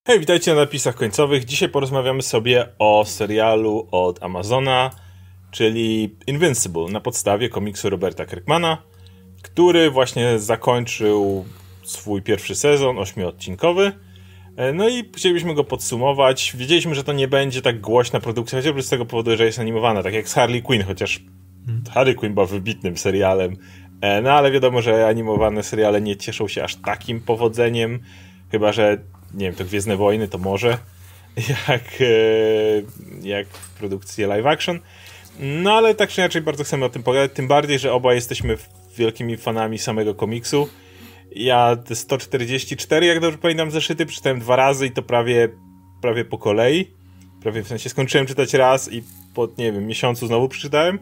Hej, witajcie na napisach końcowych. Dzisiaj porozmawiamy sobie o serialu od Amazona, czyli Invincible, na podstawie komiksu Roberta Kirkmana, który właśnie zakończył swój pierwszy sezon, 8-odcinkowy. No i chcielibyśmy go podsumować. Wiedzieliśmy, że to nie będzie tak głośna produkcja, chociażby z tego powodu, że jest animowana, tak jak z Harley Quinn, chociaż Harley Quinn była wybitnym serialem. No ale wiadomo, że animowane seriale nie cieszą się aż takim powodzeniem, chyba że nie wiem, to Gwiezdne Wojny to może jak produkcje live action. No ale tak czy inaczej bardzo chcemy o tym pogadać, tym bardziej, że oba jesteśmy wielkimi fanami samego komiksu. Ja te 144, jak dobrze pamiętam, zeszyty przeczytałem 2 razy i to prawie po kolei. Prawie w sensie skończyłem czytać raz i po, nie wiem, miesiącu znowu przeczytałem.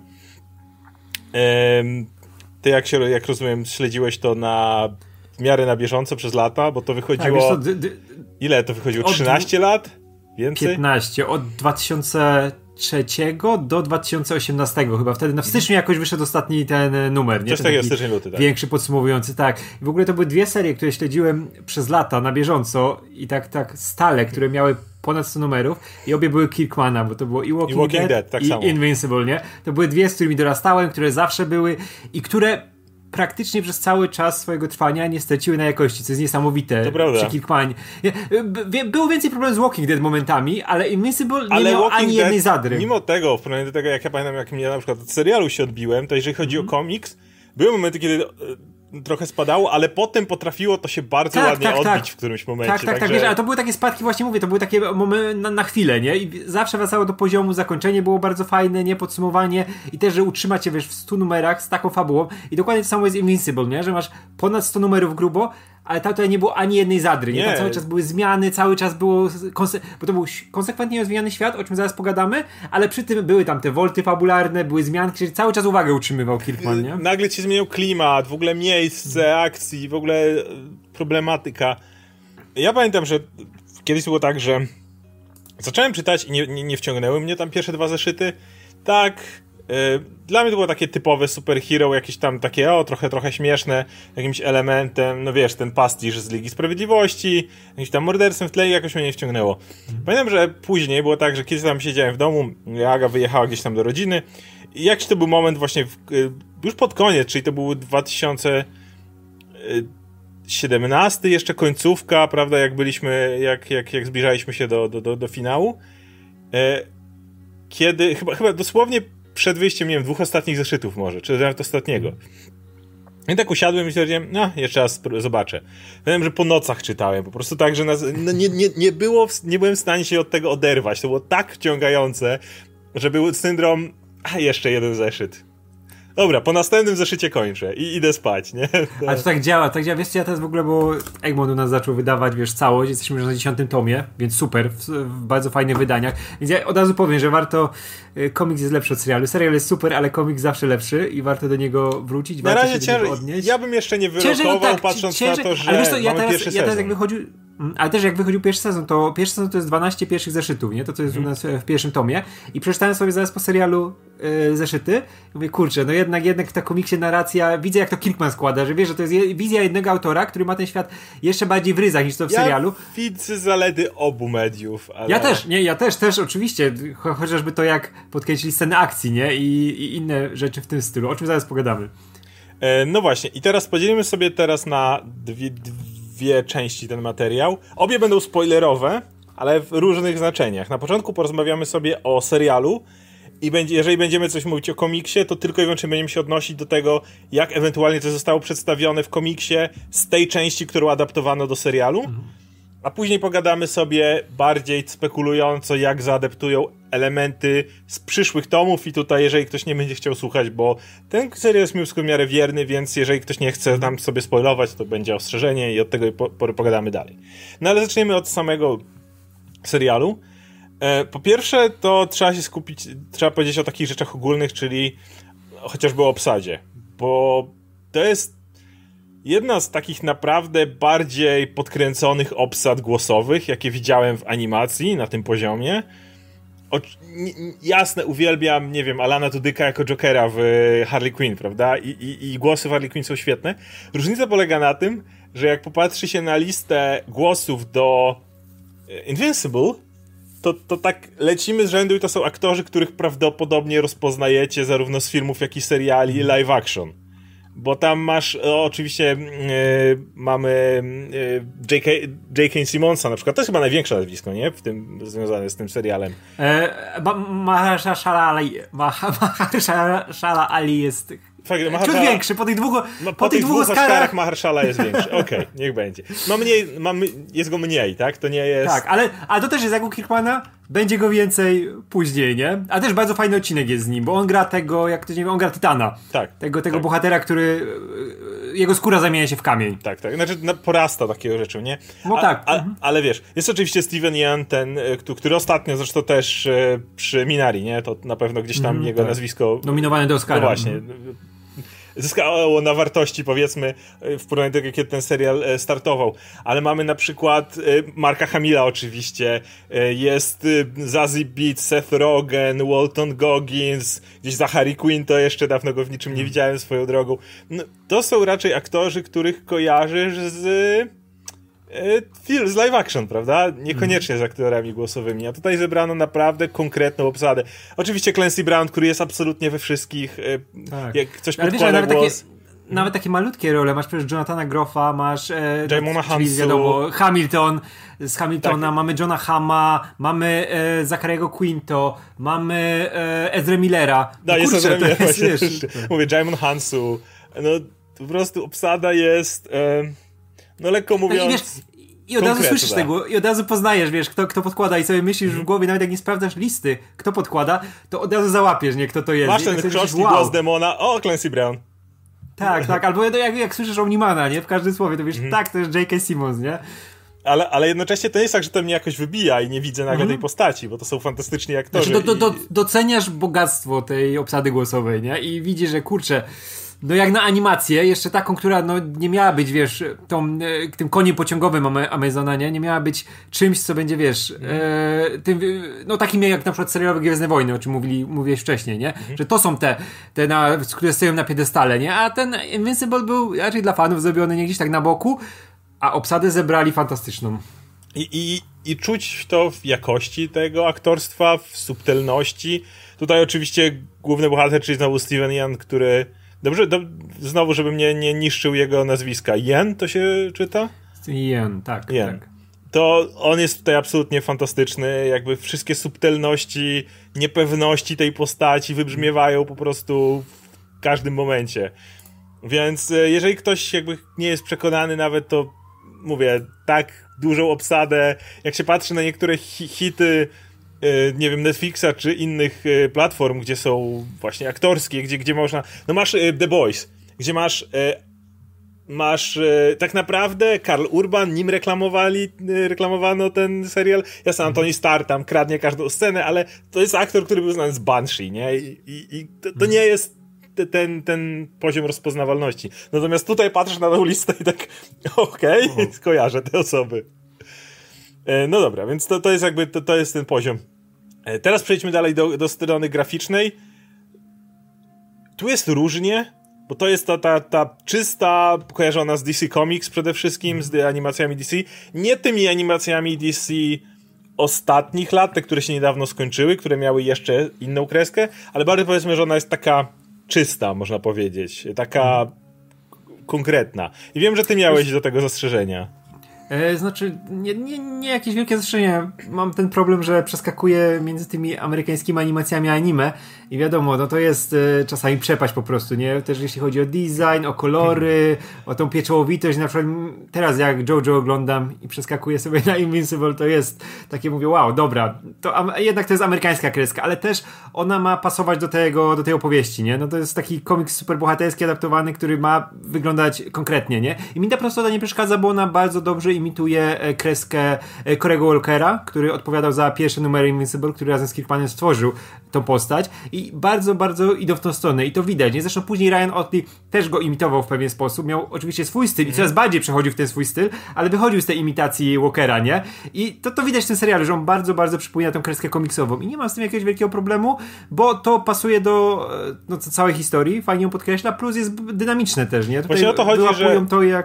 Ty jak rozumiem, śledziłeś to w miarę na bieżąco przez lata, bo to wychodziło... Tak, ile to wychodziło? 13 lat? Więcej? 15. Od 2003 do 2018 chyba. Wtedy w styczniu jakoś wyszedł ostatni ten numer. Coś takiego, styczeń, luty, tak. Większy, podsumowujący, tak. I w ogóle to były 2 serie, które śledziłem przez lata na bieżąco i tak stale, które miały ponad 100 numerów i obie były Kirkmana, bo to było i Walking Dead tak i samo. Invincible, nie? To były 2, z którymi dorastałem, które zawsze były i które praktycznie przez cały czas swojego trwania nie straciły na jakości, co jest niesamowite przy Kirkmanie. Było więcej problemów z Walking Dead momentami, ale Invincible nie miał ani jednej zadry. Mimo tego, w porównaniu do tego, jak ja pamiętam, jak mnie na przykład od serialu się odbiłem, to jeżeli chodzi o komiks, były momenty, kiedy trochę spadało, ale potem potrafiło to się bardzo ładnie odbić w którymś momencie. Tak, wiesz, ale to były takie spadki, właśnie mówię, to były takie momenty na chwilę, nie? I zawsze wracało do poziomu, zakończenie było bardzo fajne, nie? Podsumowanie i też, że utrzyma cię, wiesz, w 100 numerach z taką fabułą i dokładnie to samo jest Invincible, nie? Że masz ponad 100 numerów grubo, ale tutaj nie było ani jednej zadry, nie? Tam cały czas były zmiany, cały czas było... bo to był konsekwentnie rozwijany świat, o czym zaraz pogadamy, ale przy tym były tam te wolty fabularne, były zmianki, czyli cały czas uwagę utrzymywał Kirkman, nie? Nagle się zmienił klimat, w ogóle miejsce, akcji, w ogóle problematyka. Ja pamiętam, że kiedyś było tak, że zacząłem czytać i nie wciągnęły mnie tam pierwsze 2 zeszyty. Tak... Dla mnie to było takie typowe superhero, jakieś tam takie, trochę śmieszne, jakimś elementem, no wiesz, ten pastisz z Ligi Sprawiedliwości, jakimś tam morderstwem w tle i jakoś mnie nie wciągnęło. Pamiętam, że później było tak, że kiedyś tam siedziałem w domu, Aga wyjechała gdzieś tam do rodziny i jakiś to był moment właśnie, już pod koniec, czyli to był 2017, jeszcze końcówka, prawda, jak byliśmy, jak zbliżaliśmy się do finału, kiedy, chyba dosłownie przed wyjściem, nie wiem, 2 ostatnich zeszytów może, czy nawet ostatniego. I tak usiadłem i stwierdziłem, jeszcze raz zobaczę. Wiem, że po nocach czytałem, po prostu tak, że nie byłem w stanie się od tego oderwać. To było tak wciągające, że był syndrom, jeszcze jeden zeszyt. Dobra, po następnym zeszycie kończę i idę spać, nie? Ale to tak działa. Wiesz, ja teraz w ogóle, bo Egmont u nas zaczął wydawać, wiesz, całość, jesteśmy już na 10. tomie, więc super, w bardzo fajnych wydaniach. Więc ja od razu powiem, że warto, komiks jest lepszy od serialu. Serial jest super, ale komiks zawsze lepszy i warto do niego wrócić, na warto razie się do niego odnieść. Ja bym jeszcze nie wyrokował, patrząc na to, że ale wiesz co, mamy pierwszy sezon. Ale też jak wychodził pierwszy sezon to jest 12 pierwszych zeszytów, nie? To co jest u nas w pierwszym tomie. I przeczytałem sobie zaraz po serialu zeszyty. I mówię, kurczę, no jednak w ta komiksie narracja, widzę jak to Kirkman składa, że wiesz, że to jest wizja jednego autora, który ma ten świat jeszcze bardziej w ryzach niż to w serialu. Ja widzę zalety obu mediów, ale... Ja też oczywiście, chociażby to jak podkręcili scenę akcji, nie? I inne rzeczy w tym stylu, o czym zaraz pogadamy. No właśnie, i teraz podzielimy sobie na dwie części ten materiał. Obie będą spoilerowe, ale w różnych znaczeniach. Na początku porozmawiamy sobie o serialu i jeżeli będziemy coś mówić o komiksie, to tylko i wyłącznie będziemy się odnosić do tego, jak ewentualnie to zostało przedstawione w komiksie z tej części, którą adaptowano do serialu. A później pogadamy sobie bardziej spekulująco, jak zaadaptują elementy z przyszłych tomów i tutaj, jeżeli ktoś nie będzie chciał słuchać, bo ten serial jest mi w miarę wierny, więc jeżeli ktoś nie chce nam sobie spoilować, to będzie ostrzeżenie i od tego pogadamy dalej. No ale zaczniemy od samego serialu. Po pierwsze, to trzeba powiedzieć o takich rzeczach ogólnych, czyli chociażby o obsadzie, bo to jest jedna z takich naprawdę bardziej podkręconych obsad głosowych, jakie widziałem w animacji na tym poziomie. Jasne, uwielbiam, nie wiem, Alana Tudyka jako Jokera w Harley Quinn, prawda? I głosy w Harley Quinn są świetne. Różnica polega na tym, że jak popatrzy się na listę głosów do Invincible to tak lecimy z rzędu i to są aktorzy, których prawdopodobnie rozpoznajecie zarówno z filmów, jak i seriali live action. Bo tam masz, oczywiście mamy J.K. Simmonsa na przykład, to jest chyba największe nazwisko, nie? W tym, związane z tym serialem. Mahershala Ali jest ciut większy, po tych dwóch Oscarach Mahershala jest większy. Okej, niech będzie. Jest go mniej, tak? To nie jest... Tak, ale to też jest jak u Kirkmana, będzie go więcej później, nie? A też bardzo fajny odcinek jest z nim, bo on gra tego, jak to nie wiem, on gra Tytana. Tak. Tego bohatera, który... Jego skóra zamienia się w kamień. Tak. Znaczy porasta takiego rzeczy, nie? No tak. Ale wiesz, jest oczywiście Steven Yeun, ten, który ostatnio zresztą też przy Minari, nie? To na pewno gdzieś tam jego nazwisko... Nominowany do Oscara. No właśnie. Zyskało na wartości, powiedzmy, w porównaniu do tego, kiedy ten serial startował. Ale mamy na przykład Marka Hamilla oczywiście, jest Zazie Beetz, Seth Rogen, Walton Goggins, gdzieś Zachary Quinto, jeszcze dawno go w niczym nie widziałem swoją drogą. No, to są raczej aktorzy, których kojarzysz z live action, prawda? Niekoniecznie z aktorami głosowymi. A tutaj zebrano naprawdę konkretną obsadę. Oczywiście Clancy Brown, który jest absolutnie we wszystkich, jak ktoś podkłada głos. Nawet takie malutkie role. Masz przecież Jonathana Groffa, masz Jamona Hansu, wiadomo, Hamilton, z Hamiltona, tak. Mamy Johna Hamma, mamy Zachary'ego Quinto, mamy Ezra Millera. No, jest Ezra Miller, właśnie. Mówię, Jamon Hansu. No, po prostu obsada jest... No lekko mówiąc... I od razu słyszysz tego, i od razu poznajesz, wiesz, kto podkłada i sobie myślisz w głowie, nawet jak nie sprawdzasz listy, kto podkłada, to od razu załapiesz, nie, kto to jest. Masz ten krzączki głos demona, Clancy Brown. Tak, albo jak słyszysz Omnimana, nie, w każdym słowie, to wiesz, tak, to jest J.K. Simmons, nie? Ale jednocześnie to nie jest tak, że to mnie jakoś wybija i nie widzę nagle tej postaci, bo to są fantastyczni aktorzy. Znaczy, doceniasz bogactwo tej obsady głosowej, nie? I widzisz, że kurczę, no jak na animację, jeszcze taką, która no nie miała być, wiesz, tym koniem pociągowym Amazona, nie miała być czymś, co będzie, wiesz, no takim jak na przykład serialowe Gwiezdne Wojny, o czym mówiłeś wcześniej, nie? Że to są te które stoją na piedestale, nie? A ten Invincible był raczej dla fanów zrobiony nie gdzieś tak na boku, a obsadę zebrali fantastyczną. I czuć to w jakości tego aktorstwa, w subtelności. Tutaj oczywiście główny bohater, czyli znowu Steven Yeun, który... Dobrze, znowu, żebym nie niszczył jego nazwiska. Yeun to się czyta? Yeun, tak. To on jest tutaj absolutnie fantastyczny. Jakby wszystkie subtelności, niepewności tej postaci wybrzmiewają po prostu w każdym momencie. Więc jeżeli ktoś jakby nie jest przekonany nawet, to mówię, tak dużą obsadę, jak się patrzy na niektóre hity, nie wiem, Netflixa czy innych platform, gdzie są właśnie aktorskie, gdzie można... No masz The Boys, gdzie masz tak naprawdę Karl Urban, nim reklamowano ten serial. Jasne, Antoni Starr tam kradnie każdą scenę, ale to jest aktor, który był znany z Banshee, nie? I to nie jest ten poziom rozpoznawalności. Natomiast tutaj patrzysz na tą listę i tak okej, skojarzę te osoby. No dobra, więc to jest jakby, to jest ten poziom. Teraz przejdźmy dalej do strony graficznej. Tu jest różnie, bo to jest ta czysta, kojarzona z DC Comics przede wszystkim, z animacjami DC. Nie tymi animacjami DC ostatnich lat, te, które się niedawno skończyły, które miały jeszcze inną kreskę, ale bardziej powiedzmy, że ona jest taka czysta, można powiedzieć. Taka konkretna. I wiem, że ty miałeś do tego zastrzeżenia. Znaczy, nie jakieś wielkie zastrzeżenia. Mam ten problem, że przeskakuję między tymi amerykańskimi animacjami a anime i wiadomo, no to jest czasami przepaść po prostu, nie? Też jeśli chodzi o design, o kolory, o tą pieczołowitość. Na przykład teraz jak JoJo oglądam i przeskakuję sobie na Invincible, to jest takie, mówię, wow, dobra, jednak to jest amerykańska kreska, ale też ona ma pasować do tej opowieści, nie? No to jest taki komiks superbohaterski adaptowany, który ma wyglądać konkretnie, nie? I mi ta prostota nie przeszkadza, bo ona bardzo dobrze imituje kreskę Corey'ego Walkera, który odpowiadał za pierwsze numery Invincible, który razem z Kirkmanem stworzył tą postać i bardzo, bardzo idą w tą stronę i to widać, nie? Zresztą później Ryan Ottley też go imitował w pewien sposób, miał oczywiście swój styl i coraz bardziej przechodził w ten swój styl, ale wychodził z tej imitacji Walkera, nie? I to widać w tym serialu, że on bardzo, bardzo przypomina tą kreskę komiksową i nie mam z tym jakiegoś wielkiego problemu, bo to pasuje do całej historii, fajnie ją podkreśla, plus jest dynamiczne też, nie? Tutaj właśnie o to chodzi, wyłapują to, jak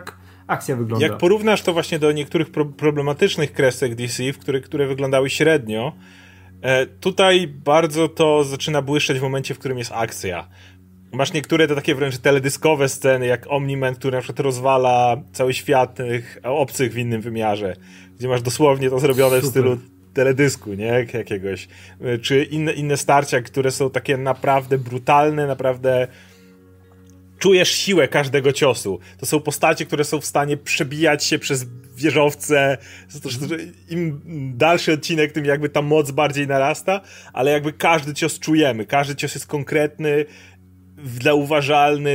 akcja wygląda. Jak porównasz to właśnie do niektórych problematycznych kresek DC, które wyglądały średnio, tutaj bardzo to zaczyna błyszczeć w momencie, w którym jest akcja. Masz niektóre te takie wręcz teledyskowe sceny, jak Omni-Man, który na przykład rozwala cały świat tych obcych w innym wymiarze, gdzie masz dosłownie to zrobione w stylu teledysku, nie? Jakiegoś. Czy inne starcia, które są takie naprawdę brutalne, naprawdę czujesz siłę każdego ciosu. To są postacie, które są w stanie przebijać się przez wieżowce. Im dalszy odcinek, tym jakby ta moc bardziej narasta, ale jakby każdy cios czujemy. Każdy cios jest konkretny, zauważalny.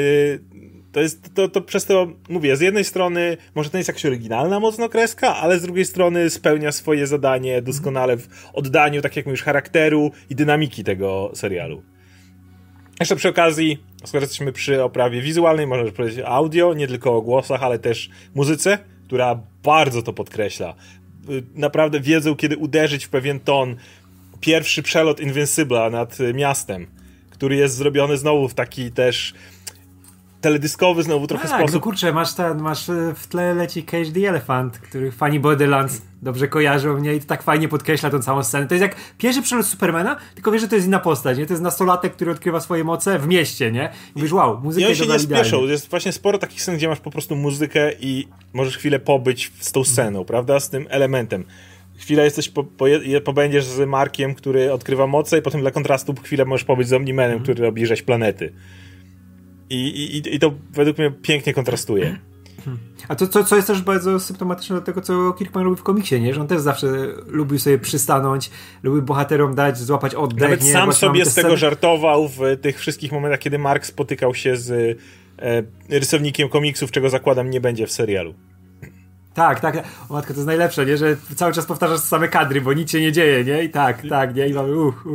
To przez to, mówię, z jednej strony może to jest jakaś oryginalna mocno kreska, ale z drugiej strony spełnia swoje zadanie doskonale w oddaniu, tak jak mówisz, charakteru i dynamiki tego serialu. Jeszcze przy okazji, skoro jesteśmy przy oprawie wizualnej, możesz powiedzieć audio, nie tylko o głosach, ale też muzyce, która bardzo to podkreśla. Naprawdę wiedzą, kiedy uderzyć w pewien ton. Pierwszy przelot Invincible'a nad miastem, który jest zrobiony znowu w taki też teledyskowy znowu trochę sposób. No kurczę, masz w tle leci Cage the Elephant, który fani Borderlands dobrze kojarzą mnie i to tak fajnie podkreśla tą całą scenę. To jest jak pierwszy przelot Supermana, tylko wiesz, że to jest inna postać, nie? To jest nastolatek, który odkrywa swoje moce w mieście, nie? I mówisz, wow, muzyka jest idealnie. I oni się nie spieszą. Jest właśnie sporo takich scen, gdzie masz po prostu muzykę i możesz chwilę pobyć z tą sceną, prawda? Z tym elementem. Chwilę jesteś, pobędziesz z Markiem, który odkrywa moce i potem dla kontrastu chwilę możesz pobyć z Omni-Manem, który robi rzeź planety. I to według mnie pięknie kontrastuje. A to, co jest też bardzo symptomatyczne do tego, co Kirkman robi w komiksie, nie? Że on też zawsze lubił sobie przystanąć, lubił bohaterom złapać oddech. Nawet sam sobie z tego żartował w tych wszystkich momentach, kiedy Mark spotykał się z rysownikiem komiksów, czego zakładam nie będzie w serialu. Tak. O matko, to jest najlepsze, nie? Że cały czas powtarzasz same kadry, bo nic się nie dzieje, nie? I tak, nie? I mamy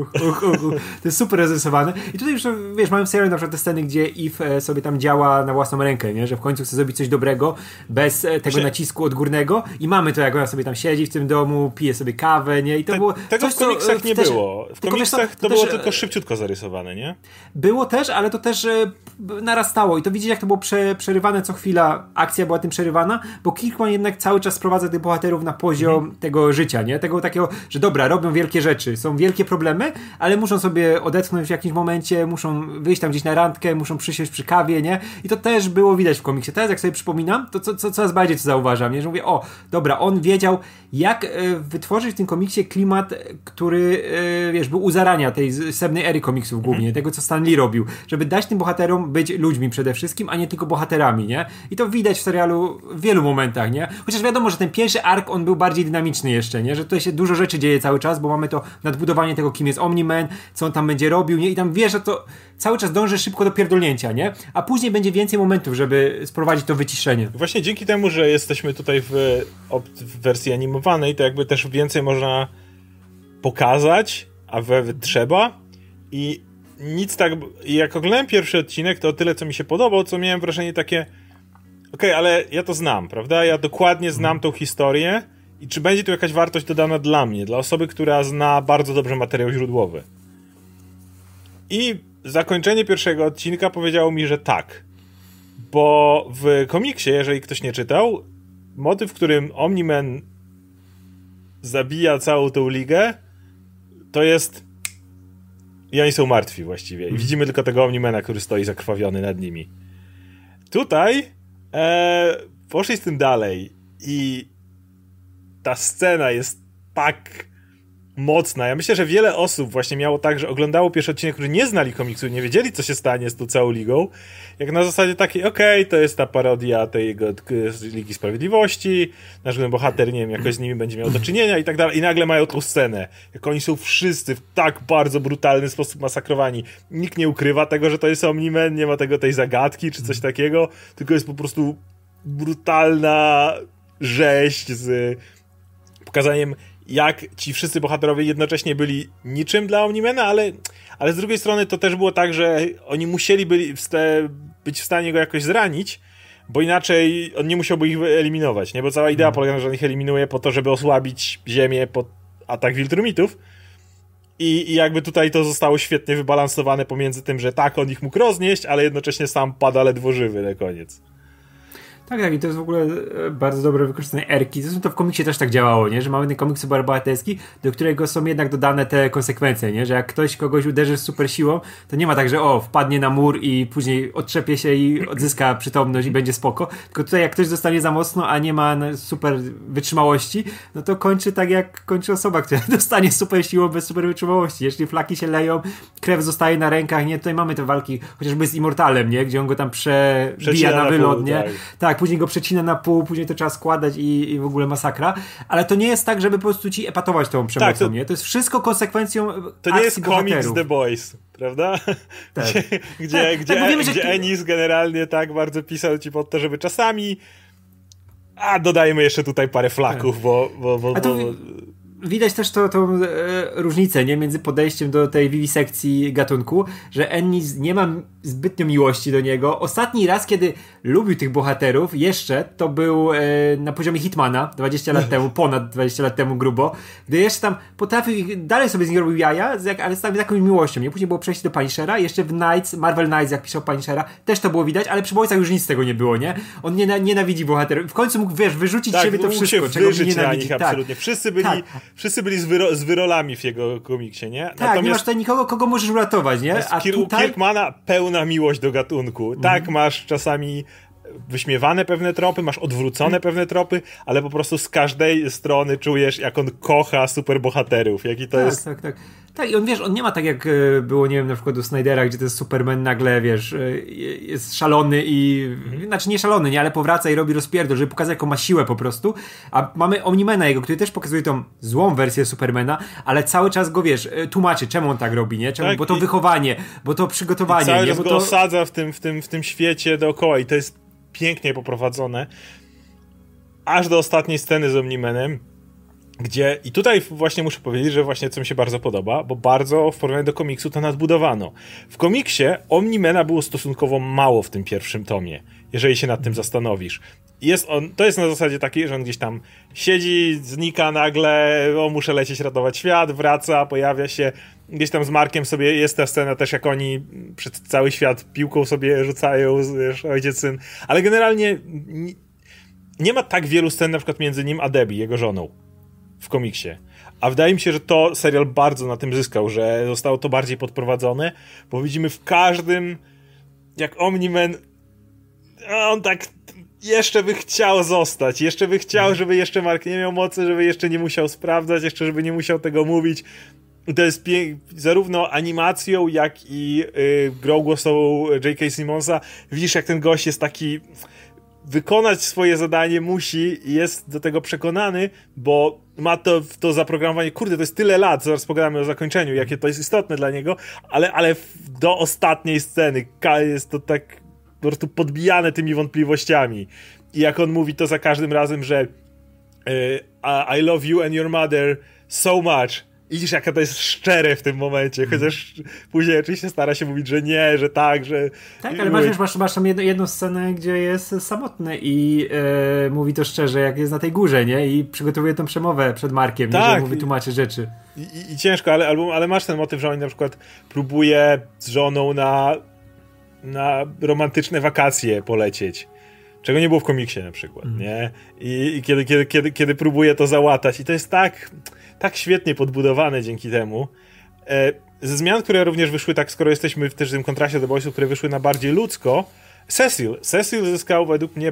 To jest super rozrysowane. I tutaj już, wiesz, mamy w serialu na przykład te sceny, gdzie Eve sobie tam działa na własną rękę, nie? Że w końcu chce zrobić coś dobrego, bez tego nacisku odgórnego i mamy to, jak ona sobie tam siedzi w tym domu, pije sobie kawę, nie? I to było tego coś, w komiksach nie było. W komiksach to było tylko szybciutko zarysowane, nie? Było też, ale to też narastało i to widzisz, jak to było przerywane co chwila, akcja była tym przerywana, bo Kirkman jednak cały czas sprowadza tych bohaterów na poziom tego życia, nie? Tego takiego, że dobra, robią wielkie rzeczy, są wielkie problemy, ale muszą sobie odetchnąć w jakimś momencie, muszą wyjść tam gdzieś na randkę, muszą przysiąść przy kawie, nie? I to też było widać w komiksie. Teraz jak sobie przypominam, to coraz bardziej to zauważam, nie? Że mówię, o, dobra, on wiedział, jak wytworzyć w tym komiksie klimat, który, wiesz, był u zarania tej srebrnej ery komiksów głównie, tego, co Stan Lee robił, żeby dać tym bohaterom być ludźmi przede wszystkim, a nie tylko bohaterami, nie? I to widać w serialu w wielu momentach, nie? Chociaż wiadomo, że ten pierwszy ark, on był bardziej dynamiczny jeszcze, nie? Że tutaj się dużo rzeczy dzieje cały czas, bo mamy to nadbudowanie tego, kim jest Omni-Man, co on tam będzie robił, nie? I tam wiesz, że to cały czas dąży szybko do pierdolnięcia, nie? A później będzie więcej momentów, żeby sprowadzić to wyciszenie. Właśnie dzięki temu, że jesteśmy tutaj w wersji animowanej, to jakby też więcej można pokazać, a trzeba i nic tak... Jak oglądałem pierwszy odcinek, to tyle, co mi się podobał, co miałem wrażenie takie okej, ale ja to znam, prawda? Ja dokładnie znam tą historię i czy będzie tu jakaś wartość dodana dla mnie, dla osoby, która zna bardzo dobrze materiał źródłowy. I zakończenie pierwszego odcinka powiedziało mi, że tak. Bo w komiksie, jeżeli ktoś nie czytał, motyw, w którym Omni-Man zabija całą tą ligę, to jest... I oni są martwi właściwie. I widzimy tylko tego Omni-Mana, który stoi zakrwawiony nad nimi. Tutaj poszli z tym dalej i ta scena jest tak mocna. Ja myślę, że wiele osób właśnie miało tak, że oglądało pierwszy odcinek, którzy nie znali komiksu, nie wiedzieli, co się stanie z tą całą ligą. Jak na zasadzie takiej, to jest ta parodia tej Ligi Sprawiedliwości, nasz główny bohater, nie wiem, jakoś z nimi będzie miał do czynienia i tak dalej. I nagle mają tą scenę. Jak oni są wszyscy w tak bardzo brutalny sposób masakrowani. Nikt nie ukrywa tego, że to jest Omni-Man, nie ma tej zagadki czy coś takiego, tylko jest po prostu brutalna rzeź z pokazaniem, jak ci wszyscy bohaterowie jednocześnie byli niczym dla Omni-Mana, ale z drugiej strony to też było tak, że oni musieli być w stanie go jakoś zranić, bo inaczej on nie musiałby ich wyeliminować, nie? Bo cała idea polega na, że on ich eliminuje po to, żeby osłabić Ziemię pod atak Viltrumitów. I jakby tutaj to zostało świetnie wybalansowane pomiędzy tym, że tak, on ich mógł roznieść, ale jednocześnie sam pada ledwo żywy na koniec. Tak, i to jest w ogóle bardzo dobre wykorzystanie erki. Zresztą to w komiksie też tak działało, nie? Że mamy ten komiks superbohaterski, do którego są jednak dodane te konsekwencje, nie? Że jak ktoś kogoś uderzy z super siłą, to nie ma tak, że wpadnie na mur i później otrzepie się i odzyska przytomność i będzie spoko. Tylko tutaj jak ktoś dostanie za mocno, a nie ma super wytrzymałości, no to kończy tak jak kończy osoba, która dostanie super siłą bez super wytrzymałości. Jeśli flaki się leją, krew zostaje na rękach, nie? Tutaj mamy te walki, chociażby z Immortalem, nie? Gdzie on go tam przebija na wylot, nie? Tak, później go przecina na pół, później to trzeba składać i w ogóle masakra. Ale to nie jest tak, żeby po prostu ci epatować tą przemocą, nie? To jest wszystko konsekwencją to nie jest komiks The Boys, prawda? Tak. Gdzie Ennis generalnie tak bardzo pisał ci pod to, żeby czasami dodajmy jeszcze tutaj parę flaków, bo widać też tą różnicę, nie? Między podejściem do tej wiwisekcji gatunku, że Ennis nie ma zbytnio miłości do niego. Ostatni raz, kiedy lubił tych bohaterów, jeszcze to był na poziomie Hitmana 20 lat temu, ponad 20 lat temu grubo, gdy jeszcze tam potrafił ich, dalej sobie z nich robił jaja, ale z jakąś miłością, nie? Później było przejście do Punishera, jeszcze w Knights, Marvel Knights, jak pisał Punishera, też to było widać, ale przy Boysach już nic z tego nie było, nie? On nienawidzi bohaterów. W końcu mógł, wyrzucić z siebie to wszystko, czego nie nienawidzi. Absolutnie. Wszyscy byli z wyrolami w jego komiksie, nie? Tak, natomiast nie masz tutaj nikogo, kogo możesz uratować, nie? A tutaj... Kirkmana pełna miłość do gatunku. Tak, masz czasami wyśmiewane pewne tropy, masz odwrócone pewne tropy, ale po prostu z każdej strony czujesz, jak on kocha superbohaterów. Jaki to jest... Tak, i on, wiesz, on nie ma tak jak było, nie wiem, na przykład u Snydera, gdzie ten Superman nagle, wiesz, jest szalony i... Znaczy nie szalony, nie, ale powraca i robi rozpierdol, żeby pokazać, jaką ma siłę po prostu. A mamy Omnimana jego, który też pokazuje tą złą wersję Supermana, ale cały czas go, wiesz, tłumaczy, czemu on tak robi, nie? Czemu? Tak, bo to wychowanie, bo to przygotowanie. Cały czas go osadza w tym świecie dookoła i to jest pięknie poprowadzone. Aż do ostatniej sceny z Omnimanem, gdzie, i tutaj właśnie muszę powiedzieć, że właśnie co mi się bardzo podoba, bo bardzo w porównaniu do komiksu to nadbudowano. W komiksie Omnimana było stosunkowo mało w tym pierwszym tomie, jeżeli się nad tym zastanowisz. To jest na zasadzie takiej, że on gdzieś tam siedzi, znika nagle, muszę lecieć ratować świat, wraca, pojawia się, gdzieś tam z Markiem sobie jest ta scena też, jak oni przed cały świat piłką sobie rzucają, wiesz, ojciec, syn, ale generalnie nie ma tak wielu scen na przykład między nim a Debbie, jego żoną, w komiksie. A wydaje mi się, że to serial bardzo na tym zyskał, że zostało to bardziej podprowadzone, bo widzimy w każdym, jak Omni-Man, on tak jeszcze by chciał zostać, jeszcze by chciał, żeby jeszcze Mark nie miał mocy, żeby jeszcze nie musiał sprawdzać, jeszcze żeby nie musiał tego mówić. I to jest zarówno animacją, jak i grą głosową J.K. Simmonsa. Widzisz, jak ten gość jest taki... Wykonać swoje zadanie musi i jest do tego przekonany, bo ma to zaprogramowanie, kurde, to jest tyle lat, zaraz pogadamy o zakończeniu, jakie to jest istotne dla niego, ale do ostatniej sceny jest to tak po prostu podbijane tymi wątpliwościami. I jak on mówi to za każdym razem, że I love you and your mother so much. I widzisz, jaka to jest szczere w tym momencie, chociaż później oczywiście stara się mówić, że nie, że tak, że... Tak, ale masz tam jedną scenę, gdzie jest samotny i mówi to szczerze, jak jest na tej górze, nie? I przygotowuje tą przemowę przed Markiem, tak, nie? Że mu wytłumaczy rzeczy. I ciężko, ale masz ten motyw, że on na przykład próbuje z żoną na romantyczne wakacje polecieć. Czego nie było w komiksie na przykład, nie? I kiedy próbuje to załatać. I to jest tak świetnie podbudowane dzięki temu. Ze zmian, które również wyszły, tak skoro jesteśmy też w tym kontraście do Boysów, które wyszły na bardziej ludzko, Cecil zyskał według mnie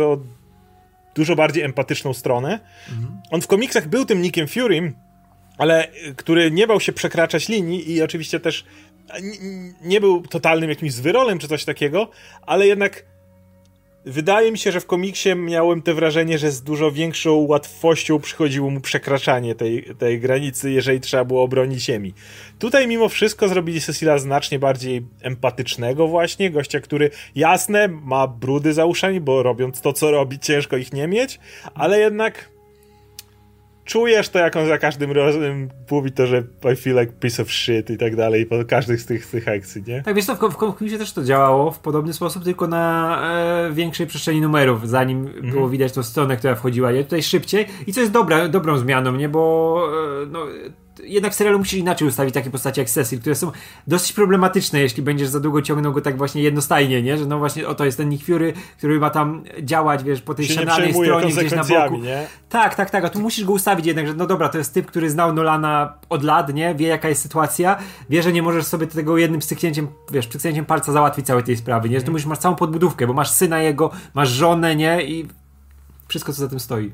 dużo bardziej empatyczną stronę. On w komiksach był tym Nickiem Furym, ale który nie bał się przekraczać linii i oczywiście też nie był totalnym jakimś zwyrolem czy coś takiego, ale jednak wydaje mi się, że w komiksie miałem to wrażenie, że z dużo większą łatwością przychodziło mu przekraczanie tej granicy, jeżeli trzeba było obronić ziemi. Tutaj mimo wszystko zrobili Cecila znacznie bardziej empatycznego właśnie, gościa, który jasne, ma brudy za uszami, bo robiąc to, co robi, ciężko ich nie mieć, ale jednak czujesz to, jak on za każdym razem mówi to, że I feel like piece of shit i tak dalej, po każdej z tych akcji, nie? Tak, wiesz co, w komiksie też to działało w podobny sposób, tylko na większej przestrzeni numerów, zanim było widać tą stronę, która wchodziła, nie? Tutaj szybciej i co jest dobrą zmianą, nie? Bo jednak w serialu musisz inaczej ustawić takie postacie jak Cecil, które są dosyć problematyczne, jeśli będziesz za długo ciągnął go tak właśnie jednostajnie, nie? Że no właśnie oto jest ten Nick Fury, który ma tam działać, wiesz, po tej ściananej stronie gdzieś na boku. Nie? Tak, a tu musisz go ustawić jednak, że no dobra, to jest typ, który znał Nolana od lat, nie? Wie jaka jest sytuacja, wie, że nie możesz sobie tego jednym pstryknięciem palca załatwić całej tej sprawy, nie? Że tu masz całą podbudówkę, bo masz syna jego, masz żonę, nie? I wszystko, co za tym stoi.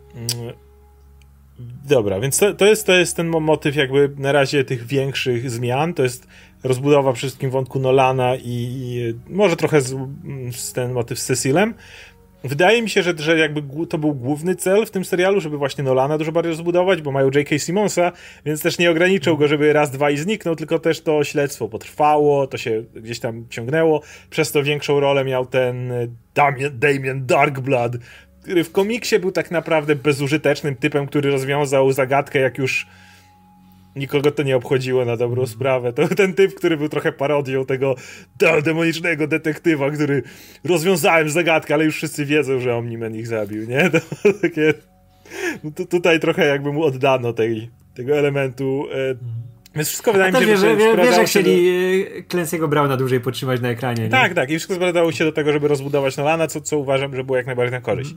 Dobra, więc to jest ten motyw jakby na razie tych większych zmian, to jest rozbudowa przede wszystkim wątku Nolana i może trochę ten motyw z Cecilem. Wydaje mi się, że jakby to był główny cel w tym serialu, żeby właśnie Nolana dużo bardziej rozbudować, bo mają J.K. Simmonsa, więc też nie ograniczył go, żeby raz, dwa i zniknął, tylko też to śledztwo potrwało, to się gdzieś tam ciągnęło, przez to większą rolę miał ten Damien Darkblood, który w komiksie był tak naprawdę bezużytecznym typem, który rozwiązał zagadkę, jak już nikogo to nie obchodziło na dobrą sprawę. To ten typ, który był trochę parodią tego demonicznego detektywa, który rozwiązałem zagadkę, ale już wszyscy wiedzą, że Omni-Man ich zabił, nie? To takie... Tutaj trochę jakby mu oddano tego elementu... Więc wszystko wydaje mi się, że wiesz, że chcieli Clancy'ego Browna dłużej podtrzymać na ekranie. Nie? Tak. I wszystko sprowadzało się do tego, żeby rozbudować Nolana, co uważam, że było jak najbardziej na korzyść.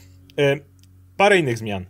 Parę innych zmian.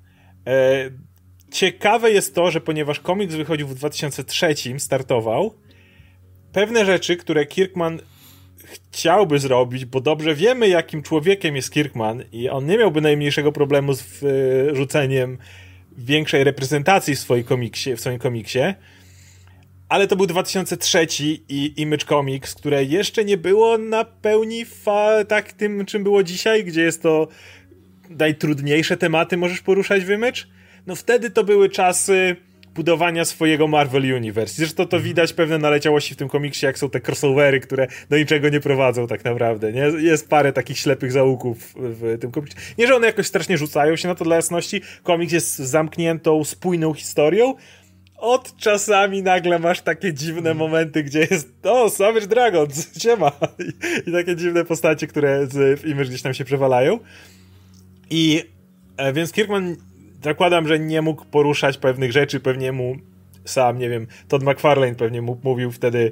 Ciekawe jest to, że ponieważ komiks wychodził w 2003, startował, pewne rzeczy, które Kirkman chciałby zrobić, bo dobrze wiemy, jakim człowiekiem jest Kirkman i on nie miałby najmniejszego problemu z rzuceniem większej reprezentacji w swoim komiksie, ale to był 2003 i Image Comics, które jeszcze nie było na pełni tak tym, czym było dzisiaj, gdzie jest to najtrudniejsze tematy możesz poruszać w Image. No wtedy to były czasy budowania swojego Marvel Universe. Zresztą to widać pewne naleciałości w tym komiksie, jak są te crossovery, które do niczego nie prowadzą tak naprawdę, nie? Jest parę takich ślepych zaułków w tym komiksie. Nie, że one jakoś strasznie rzucają się na to dla jasności. Komiks jest zamkniętą, spójną historią. Od czasami nagle masz takie dziwne momenty, gdzie jest Savage Dragons, siema! I takie dziwne postacie, które w Image gdzieś tam się przewalają. I więc Kirkman zakładam, że nie mógł poruszać pewnych rzeczy, pewnie mu sam, nie wiem, Todd McFarlane pewnie mówił wtedy,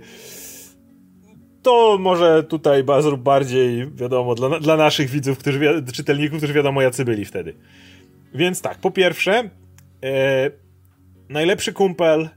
to może tutaj zrób bardziej, wiadomo, dla naszych widzów, czytelników, którzy wiadomo jacy byli wtedy. Więc tak, po pierwsze, najlepszy kumpel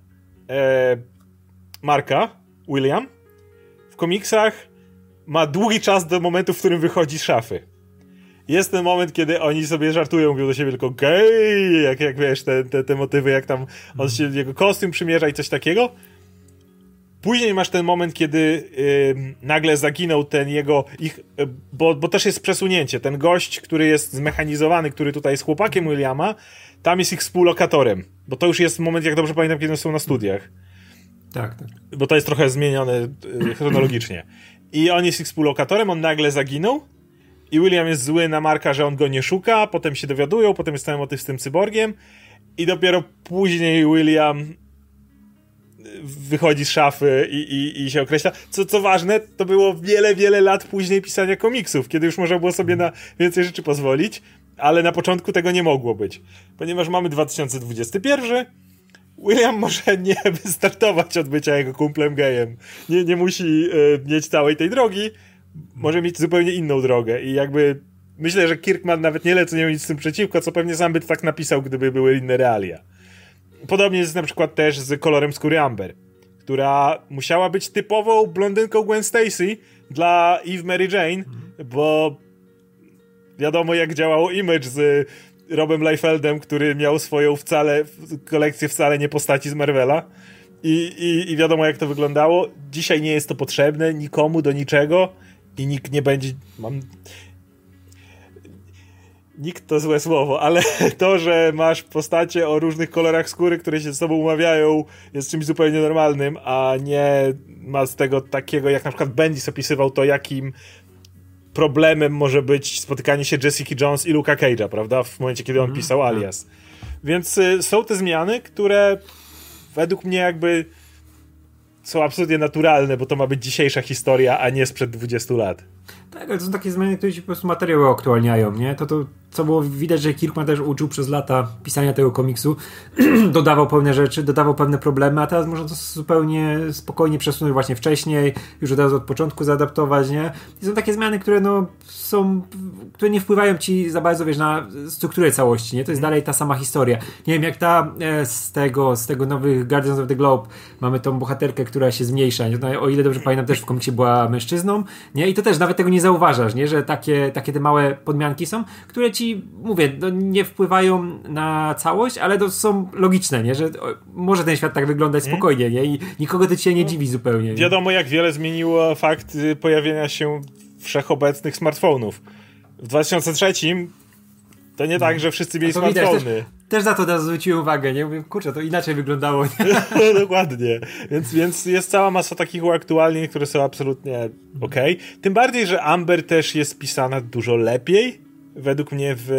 Marka, William, w komiksach ma długi czas do momentu, w którym wychodzi z szafy. Jest ten moment, kiedy oni sobie żartują, mówią do siebie tylko gej, jak wiesz, te motywy, jak tam on się jego kostium przymierza i coś takiego. Później masz ten moment, kiedy nagle zaginął ten bo też jest przesunięcie. Ten gość, który jest zmechanizowany, który tutaj jest chłopakiem Williama, tam jest ich współlokatorem. Bo to już jest moment, jak dobrze pamiętam, kiedy są na studiach. Tak. Bo to jest trochę zmienione chronologicznie. I on jest ich współlokatorem, on nagle zaginął. I William jest zły na Marka, że on go nie szuka, potem się dowiadują, potem jest cały motyw z tym cyborgiem i dopiero później William wychodzi z szafy i się określa. Co ważne, to było wiele lat później pisania komiksów, kiedy już można było sobie na więcej rzeczy pozwolić, ale na początku tego nie mogło być. Ponieważ mamy 2021, William może nie wystartować od bycia jego kumplem gejem. Nie musi mieć całej tej drogi, może mieć zupełnie inną drogę i jakby myślę, że Kirkman nawet nie miał nic z tym przeciwko, co pewnie sam by to tak napisał, gdyby były inne realia. Podobnie jest na przykład też z kolorem skóry Amber, która musiała być typową blondynką Gwen Stacy dla Eve Mary Jane, bo wiadomo jak działało Image z Robem Liefeldem, który miał swoją kolekcję wcale nie postaci z Marvela i wiadomo jak to wyglądało. Dzisiaj nie jest to potrzebne nikomu do niczego i nikt nie będzie... Nikt to złe słowo, ale to, że masz postacie o różnych kolorach skóry, które się ze sobą umawiają, jest czymś zupełnie normalnym, a nie ma z tego takiego, jak na przykład Bendis opisywał to, jakim problemem może być spotykanie się Jessica Jones i Luke'a Cage'a, prawda? W momencie, kiedy on pisał Alias. Więc są te zmiany, które według mnie jakby są absolutnie naturalne, bo to ma być dzisiejsza historia, a nie sprzed 20 lat. Tak, ale to są takie zmiany, które ci po prostu materiały aktualniają, nie? To co było widać, że Kirkman też uczył przez lata pisania tego komiksu, dodawał pewne rzeczy, dodawał pewne problemy, a teraz można to zupełnie spokojnie przesunąć właśnie wcześniej, już od razu od początku zaadaptować, nie? I są takie zmiany, które które nie wpływają ci za bardzo, wiesz, na strukturę całości, nie? To jest dalej ta sama historia. Nie wiem, jak ta z tego nowych Guardians of the Globe mamy tą bohaterkę, która się zmniejsza, nie? O ile dobrze pamiętam, też w komiksie była mężczyzną, nie? I to też nawet tego nie zauważasz, nie? Że takie te małe podmianki są, które ci, mówię, nie wpływają na całość, ale są logiczne, nie? Że może ten świat tak wyglądać spokojnie, nie? I nikogo to cię nie dziwi zupełnie. Nie? Wiadomo, jak wiele zmieniło fakt pojawienia się wszechobecnych smartfonów. W 2003 to nie tak, że wszyscy mieli smartfony. Też na to zwróciłem uwagę, nie? Mówię, kurczę, to inaczej wyglądało. Nie? Dokładnie. Więc jest cała masa takich uaktualnień, które są absolutnie okej. Tym bardziej, że Amber też jest pisana dużo lepiej, według mnie w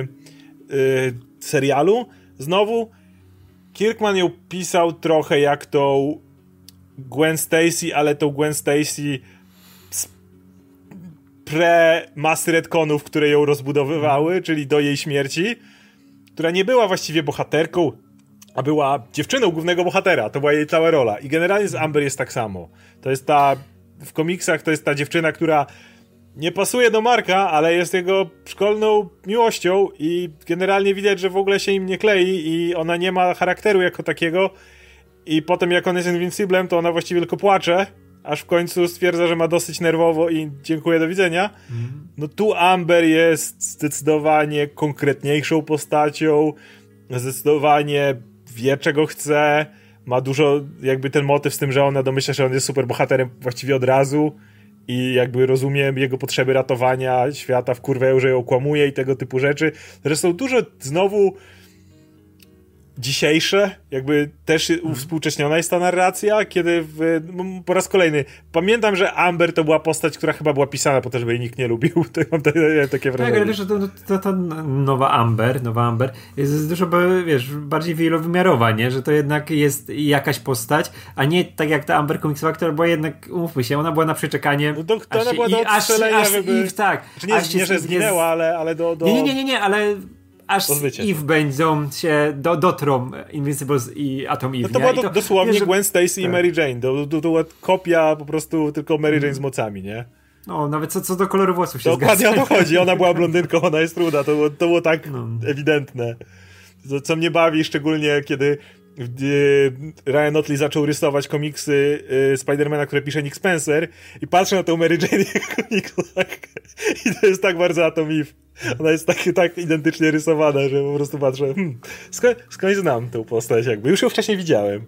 serialu. Znowu, Kirkman ją pisał trochę jak tą Gwen Stacy, ale tą Gwen Stacy z masy retconów, które ją rozbudowywały, czyli do jej śmierci, która nie była właściwie bohaterką, a była dziewczyną głównego bohatera. To była jej cała rola. I generalnie z Amber jest tak samo. To jest w komiksach to jest ta dziewczyna, która nie pasuje do Marka, ale jest jego szkolną miłością i generalnie widać, że w ogóle się im nie klei i ona nie ma charakteru jako takiego i potem jak on jest Invinciblem, to ona właściwie tylko płacze, aż w końcu stwierdza, że ma dosyć nerwowo i dziękuję, do widzenia. No tu Amber jest zdecydowanie konkretniejszą postacią, zdecydowanie wie, czego chce, ma dużo jakby ten motyw z tym, że ona domyśla, że on jest super bohaterem właściwie od razu i jakby rozumie jego potrzeby ratowania świata, wkurwiają, że ją okłamuje i tego typu rzeczy. Zresztą dużo znowu dzisiejsze, jakby też uwspółcześniona jest ta narracja, kiedy po raz kolejny pamiętam, że Amber to była postać, która chyba była pisana po to, żeby jej nikt nie lubił. To mam takie wrażenie. Tak, ale wiesz, że ta nowa Amber jest dużo, wiesz, bardziej wielowymiarowa, nie? Że to jednak jest jakaś postać, a nie tak jak ta Amber komiksowa, która była jednak, umówmy się, ona była na przeczekanie. No to ona była do odstrzelenia, żeby... Tak. Nie, że zginęła, ale do... Nie, ale aż Eve będą się dotrą Invincibles i Atom Eve. No to była dosłownie Gwen Stacy i Mary Jane. To była kopia po prostu tylko Mary Jane z mocami, nie? No, nawet co do koloru włosów się dokładnie o to chodzi. Ona była blondynką, ona jest ruda. To było tak ewidentne. Co mnie bawi, szczególnie kiedy Ryan Otley zaczął rysować komiksy Spidermana, które pisze Nick Spencer i patrzę na tą Mary Jane w komiksach i to jest tak bardzo Atom Eve. Ona jest tak identycznie rysowana, że po prostu patrzę, skądś znam tę postać jakby. Już ją wcześniej widziałem.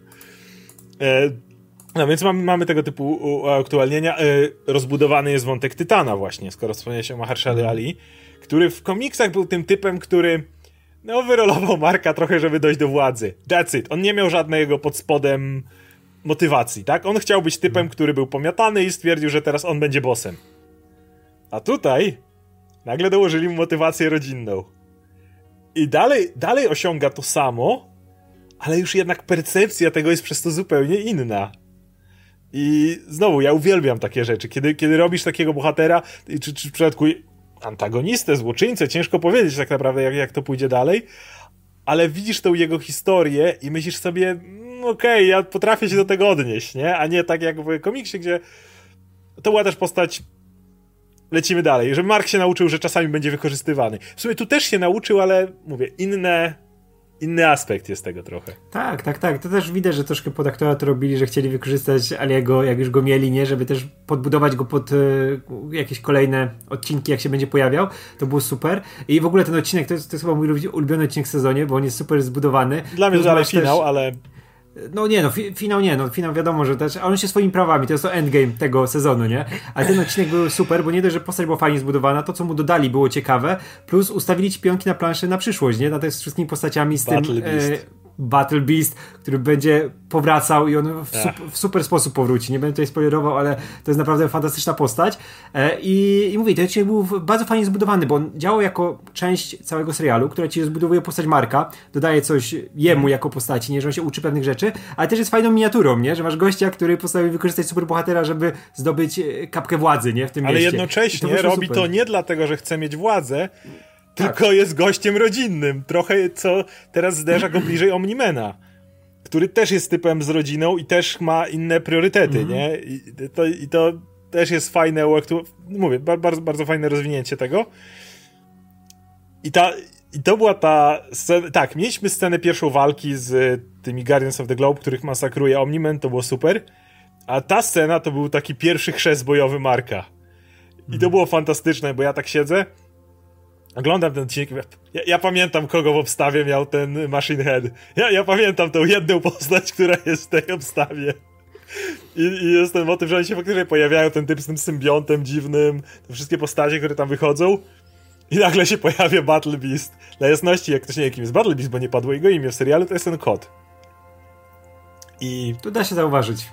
No więc mamy tego typu uaktualnienia. Rozbudowany jest wątek Tytana właśnie, skoro wspomniałeś o Mahershala Ali, który w komiksach był tym typem, który wyrolował Marka trochę, żeby dojść do władzy. That's it. On nie miał żadnego pod spodem motywacji, tak? On chciał być typem, który był pomiatany i stwierdził, że teraz on będzie bossem. A tutaj nagle dołożyli mu motywację rodzinną. I dalej osiąga to samo, ale już jednak percepcja tego jest przez to zupełnie inna. I znowu, ja uwielbiam takie rzeczy. Kiedy robisz takiego bohatera, czy w przypadku antagonistę, złoczyńcę, ciężko powiedzieć tak naprawdę, jak to pójdzie dalej, ale widzisz tą jego historię i myślisz sobie, okej, ja potrafię się do tego odnieść, nie? A nie tak jak w komiksie, gdzie to była też postać, lecimy dalej, że Mark się nauczył, że czasami będzie wykorzystywany. W sumie tu też się nauczył, ale mówię, inny aspekt jest tego trochę. Tak. To też widać, że troszkę pod aktora to robili, że chcieli wykorzystać Aliego, jak już go mieli, nie? Żeby też podbudować go pod jakieś kolejne odcinki, jak się będzie pojawiał. To było super. I w ogóle ten odcinek, to jest chyba mój ulubiony odcinek w sezonie, bo on jest super zbudowany. Dla mnie dalej finał, ale... Finał wiadomo, że też, a on się swoimi prawami, to jest to endgame tego sezonu, nie? Ale ten odcinek był super, bo nie dość, że postać była fajnie zbudowana, to co mu dodali było ciekawe, plus ustawili ci pionki na planszy na przyszłość, nie? Na te z wszystkimi postaciami, z tym Battle Beast, który będzie powracał i on w super sposób powróci. Nie będę tutaj spoilerował, ale to jest naprawdę fantastyczna postać. I mówię, ten odcinek był bardzo fajnie zbudowany, bo on działał jako część całego serialu, która ci zbudowuje postać Marka, dodaje coś jemu jako postaci, nie, że on się uczy pewnych rzeczy, ale też jest fajną miniaturą, nie, że masz gościa, który postanowił wykorzystać superbohatera, żeby zdobyć kapkę władzy, nie, w tym mieście. Ale jednocześnie robi to nie dlatego, że chce mieć władzę, tylko jest gościem rodzinnym. Trochę, co teraz zderza go bliżej Omnimana, który też jest typem z rodziną i też ma inne priorytety, nie? I to też jest fajne, mówię, bardzo, bardzo fajne rozwinięcie tego. I to była ta scena, tak, mieliśmy scenę pierwszą walki z tymi Guardians of the Globe, których masakruje Omni-Man, to było super, a ta scena to był taki pierwszy chrzest bojowy Marka. I to było fantastyczne, bo ja tak siedzę, oglądam ten odcinek i ja pamiętam, kogo w obstawie miał ten Machine Head. Ja pamiętam tą jedną postać, która jest w tej obstawie. I jest ten motyw, że oni się faktycznie pojawiają, ten typ z tym symbiontem dziwnym, te wszystkie postacie, które tam wychodzą. I nagle się pojawia Battle Beast. Dla jasności, jak ktoś nie wie, kim jest Battle Beast, bo nie padło jego imię w serialu, to jest ten kot. To da się zauważyć.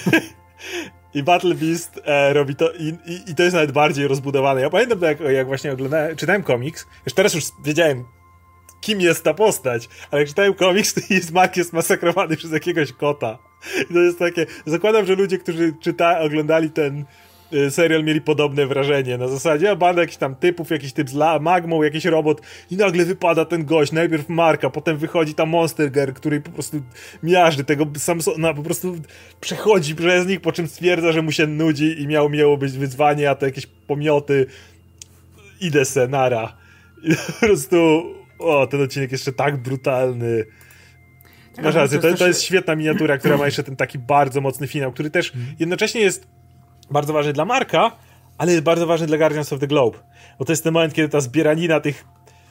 I Battle Beast robi to i to jest nawet bardziej rozbudowane. Ja pamiętam, jak właśnie czytałem komiks, już teraz już wiedziałem, kim jest ta postać, ale jak czytałem komiks, to Mark jest masakrowany przez jakiegoś kota. I to jest takie... Zakładam, że ludzie, którzy oglądali ten serial, mieli podobne wrażenie. Na zasadzie, banda jakichś tam typów, jakiś typ z magmą, jakiś robot i nagle wypada ten gość, najpierw Marka, potem wychodzi tam Monster Girl, który po prostu miażdży tego Samsona, po prostu przechodzi przez nich, po czym stwierdza, że mu się nudzi i miało być wyzwanie, a to jakieś pomioty. Idę se, nara. I po prostu ten odcinek jeszcze tak brutalny. Masz rację, to jest świetna miniatura, która ma jeszcze ten taki bardzo mocny finał, który też jednocześnie jest bardzo ważny dla Marka, ale jest bardzo ważny dla Guardians of the Globe. Bo to jest ten moment, kiedy ta zbieranina tych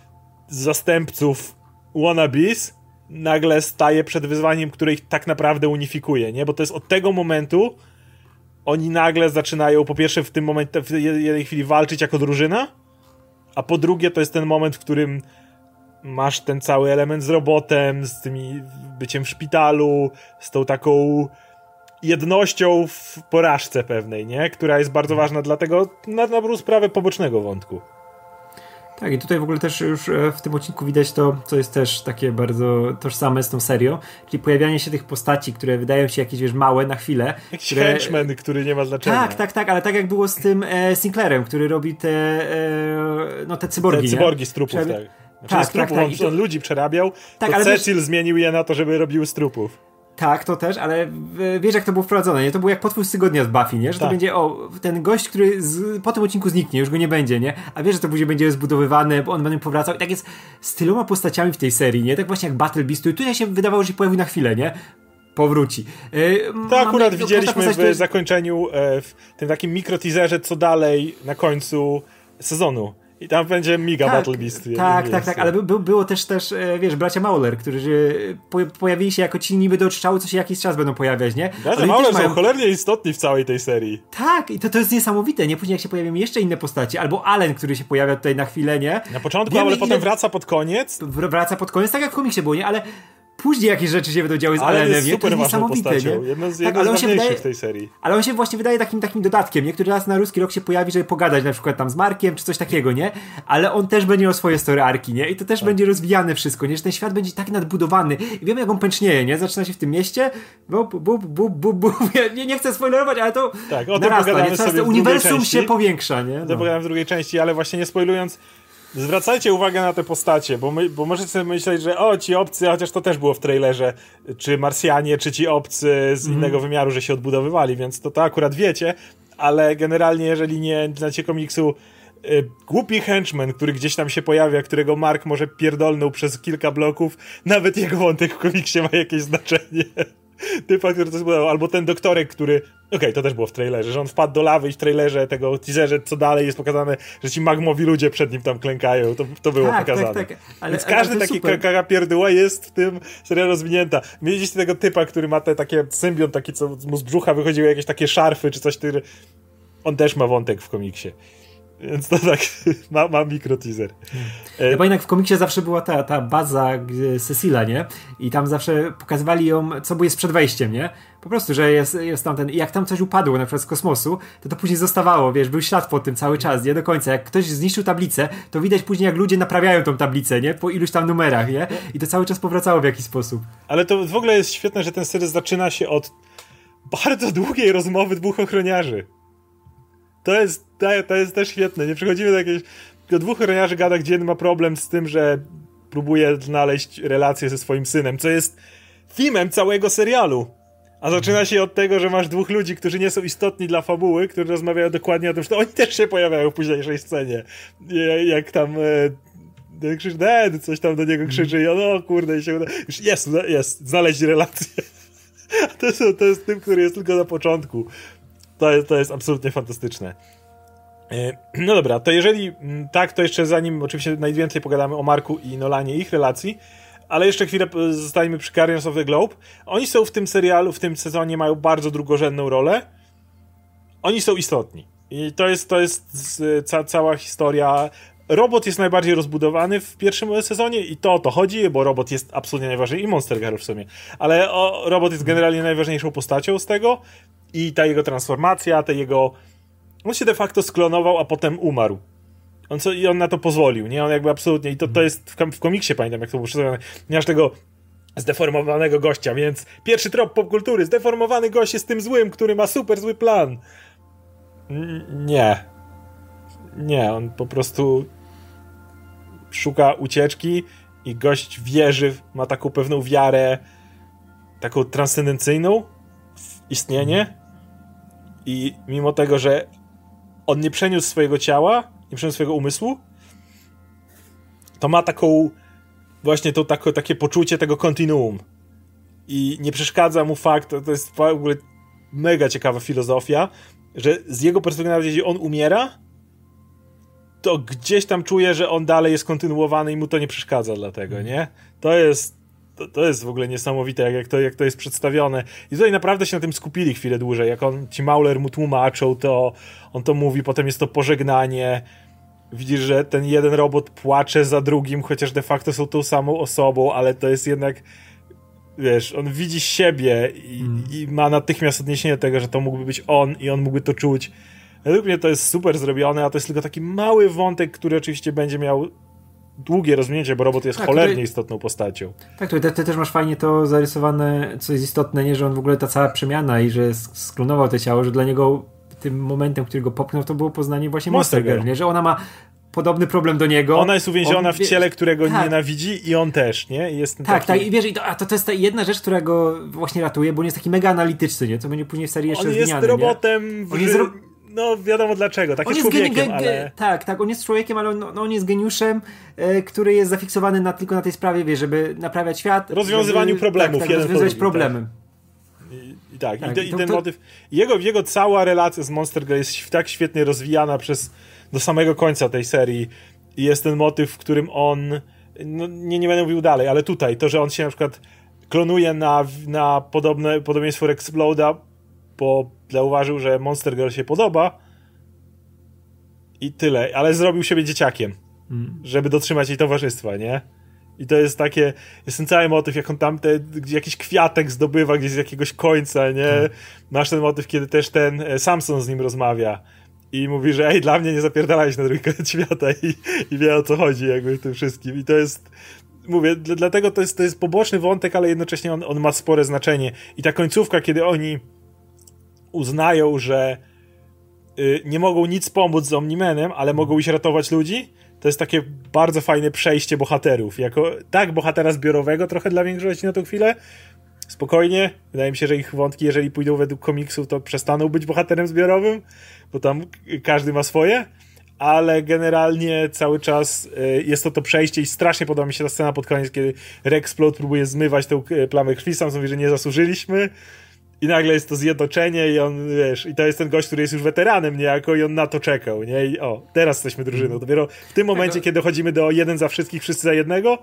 zastępców wannabes nagle staje przed wyzwaniem, które ich tak naprawdę unifikuje, nie? Bo to jest od tego momentu oni nagle zaczynają, po pierwsze w tym momencie, w jednej chwili walczyć jako drużyna, a po drugie to jest ten moment, w którym masz ten cały element z robotem, z tymi byciem w szpitalu, z tą taką jednością w porażce pewnej, nie? Która jest bardzo ważna dla tego, na dobrą sprawę, pobocznego wątku. Tak, i tutaj w ogóle też już w tym odcinku widać to, co jest też takie bardzo tożsame z tą serią, czyli pojawianie się tych postaci, które wydają się jakieś, wiesz, małe na chwilę. Jakiś henchman, który nie ma znaczenia. Tak, ale tak jak było z tym Sinclairem, który robi te cyborgi, te cyborgi z trupów, tak. On ludzi przerabiał, tak, ale Cecil zmienił je na to, żeby robiły z trupów. Tak, to też, ale wiesz, jak to było wprowadzone, nie? To było jak potwór z tygodnia z Buffy, nie? Że to będzie, ten gość, który po tym odcinku zniknie, już go nie będzie, nie? A wiesz, że to później będzie zbudowywane, bo on będzie powracał i tak jest z tyloma postaciami w tej serii, nie? Tak właśnie jak Battle Beast, który tutaj się wydawało, że się pojawił na chwilę, nie? Powróci. To akurat widzieliśmy w zakończeniu, w tym takim mikroteaserze, co dalej na końcu sezonu. I tam będzie Battle Beast. Tak, ale było też, wiesz, bracia Mauler, którzy pojawili się jako ci niby do odstrzały, co się jakiś czas będą pojawiać, nie? Bracia Mauler są cholernie istotni w całej tej serii. Tak, i to jest niesamowite, nie? Później jak się pojawią jeszcze inne postacie, albo Allen, który się pojawia tutaj na chwilę, nie? Na początku, ale potem wraca pod koniec. Wraca pod koniec, tak jak w komiksie było, nie? Ale później jakieś rzeczy się będą działy z Allenem, nie? To jest niesamowite, nie? Jedno z ważniejszych w tej serii. Ale on się właśnie wydaje takim dodatkiem, nie? Który raz na ruski rok się pojawi, żeby pogadać na przykład tam z Markiem, czy coś takiego, nie? Ale on też będzie miał swoje story arki, nie? I to też będzie rozwijane wszystko, nie? Że ten świat będzie tak nadbudowany. I wiemy, jak on pęcznieje, nie? Zaczyna się w tym mieście, nie chcę spoilerować, ale to tak, o tym pogadamy sobie w uniwersum części. Się powiększa, nie? O tym pogadamy w drugiej części, ale właśnie nie spoilując, zwracajcie uwagę na te postacie, bo możecie sobie myśleć, że ci obcy, chociaż to też było w trailerze, czy Marsjanie, czy ci obcy z innego wymiaru, że się odbudowywali, więc to akurat wiecie, ale generalnie, jeżeli nie znacie komiksu, głupi henchman, który gdzieś tam się pojawia, którego Mark może pierdolnął przez kilka bloków, nawet jego wątek w komiksie ma jakieś znaczenie. Typa, który to zbudował, albo ten doktorek, który... Okej, to też było w trailerze, że on wpadł do lawy i w trailerze tego teaserze, co dalej jest pokazane, że ci magmowi ludzie przed nim tam klękają, to było pokazane. Tak. Więc każdy taki pierdóła jest w tym serialu rozwinięta. Mieliście tego typa, który ma te takie symbiont, taki, co mu z brzucha wychodziły jakieś takie szarfy, czy coś, on też ma wątek w komiksie. Więc to tak, ma mikroteaser. Ja bo jednak w komiksie zawsze była ta baza Cecila, nie? I tam zawsze pokazywali ją, co jest przed wejściem, nie? Po prostu, że jest tam ten... Jak tam coś upadło, na przykład z kosmosu, to później zostawało, wiesz, był ślad po tym cały czas, nie? Do końca. Jak ktoś zniszczył tablicę, to widać później, jak ludzie naprawiają tą tablicę, nie? Po iluś tam numerach, nie? I to cały czas powracało w jakiś sposób. Ale to w ogóle jest świetne, że ten serial zaczyna się od bardzo długiej rozmowy dwóch ochroniarzy. To jest też świetne. Nie przechodzimy do jakiegoś... Tylko dwóch ochroniarzy gada, gdzie jeden ma problem z tym, że próbuje znaleźć relację ze swoim synem, co jest themem całego serialu. A zaczyna się od tego, że masz dwóch ludzi, którzy nie są istotni dla fabuły, którzy rozmawiają dokładnie o tym, że to oni też się pojawiają w późniejszej scenie. Jak tam krzyczy Ned, coś tam do niego krzyczy i on, o kurde, i się uda. Już jest, znaleźć relację. To jest tym, który jest tylko na początku. To jest absolutnie fantastyczne. No dobra, to jeżeli tak, to jeszcze zanim oczywiście najwięcej pogadamy o Marku i Nolanie i ich relacji, ale jeszcze chwilę zostańmy przy Guardians of the Globe. Oni są w tym serialu, w tym sezonie mają bardzo drugorzędną rolę. Oni są istotni. I to jest cała historia. Robot jest najbardziej rozbudowany w pierwszym sezonie i to o to chodzi, bo robot jest absolutnie najważniejszy i Monster Girl w sumie. Ale robot jest generalnie najważniejszą postacią z tego i ta jego transformacja, on się de facto sklonował, a potem umarł. I on na to pozwolił, nie? On jakby absolutnie... I to jest w komiksie, pamiętam, jak to było przedstawione. Nie masz tego zdeformowanego gościa, więc pierwszy trop popkultury. Zdeformowany gość jest tym złym, który ma super zły plan. Nie, on po prostu szuka ucieczki i gość wierzy, ma taką pewną wiarę, taką transcendencyjną w istnienie i mimo tego, że on nie przeniósł swojego ciała, nie przeniósł swojego umysłu, to ma taką właśnie takie poczucie tego kontinuum i nie przeszkadza mu fakt, to jest w ogóle mega ciekawa filozofia, że z jego perspektywy, nawet jeśli on umiera, to gdzieś tam czuje, że on dalej jest kontynuowany i mu to nie przeszkadza dlatego, nie? To jest w ogóle niesamowite, jak to jest przedstawione. I tutaj naprawdę się na tym skupili chwilę dłużej. Jak ci Mauler mu tłumaczą, to on to mówi, potem jest to pożegnanie. Widzisz, że ten jeden robot płacze za drugim, chociaż de facto są tą samą osobą, ale to jest jednak, wiesz, on widzi siebie i ma natychmiast odniesienie do tego, że to mógłby być on i on mógłby to czuć. Według mnie to jest super zrobione, a to jest tylko taki mały wątek, który oczywiście będzie miał długie rozwinięcie, bo robot jest cholernie istotną postacią. Tak, ty też masz fajnie to zarysowane, co jest istotne, nie, że on w ogóle ta cała przemiana i że sklonował to ciało, że dla niego tym momentem, który go popchnął, to było poznanie właśnie Monster Girl, nie? Że ona ma podobny problem do niego. Ona jest uwięziona w ciele, którego nienawidzi i on też, nie? I wiesz, to jest ta jedna rzecz, która go właśnie ratuje, bo on jest taki mega analityczny, nie? Co będzie później w serii jeszcze zmieniany. On jest robotem no wiadomo dlaczego, tak jest człowiekiem, ale... Tak, on jest człowiekiem, ale on jest geniuszem, który jest zafiksowany tylko na tej sprawie, wie, żeby naprawiać świat. Rozwiązywaniu problemów. Rozwiązywać problemy. I ten motyw... Jego cała relacja z Monster Girl jest tak świetnie rozwijana do samego końca tej serii i jest ten motyw, w którym on... No, nie będę mówił dalej, ale tutaj, to, że on się na przykład klonuje na podobieństwo Rexploda, bo zauważył, że Monster Girl się podoba i tyle, ale zrobił siebie dzieciakiem, żeby dotrzymać jej towarzystwa, nie? I to jest ten cały motyw, jak on tam jakiś kwiatek zdobywa gdzieś z jakiegoś końca, nie? Masz ten motyw, kiedy też ten Samson z nim rozmawia i mówi, że dla mnie nie zapierdalałeś na drugi koniec świata i wie, o co chodzi jakby w tym wszystkim. I to jest, mówię, dlatego to jest poboczny wątek, ale jednocześnie on ma spore znaczenie. I ta końcówka, kiedy oni uznają, że nie mogą nic pomóc z Omni-Manem, ale mogą iść ratować ludzi, to jest takie bardzo fajne przejście bohaterów. Jako bohatera zbiorowego trochę dla większości na tą chwilę. Spokojnie. Wydaje mi się, że ich wątki, jeżeli pójdą według komiksów, to przestaną być bohaterem zbiorowym, bo tam każdy ma swoje, ale generalnie cały czas jest to przejście i strasznie podoba mi się ta scena pod koniec, kiedy Rexplode próbuje zmywać tę plamę krwi, sam mówi, że nie zasłużyliśmy. I nagle jest to zjednoczenie i on, wiesz, i to jest ten gość, który jest już weteranem niejako i on na to czekał, nie? I teraz jesteśmy drużyną. Dopiero w tym momencie, kiedy dochodzimy do jeden za wszystkich, wszyscy za jednego,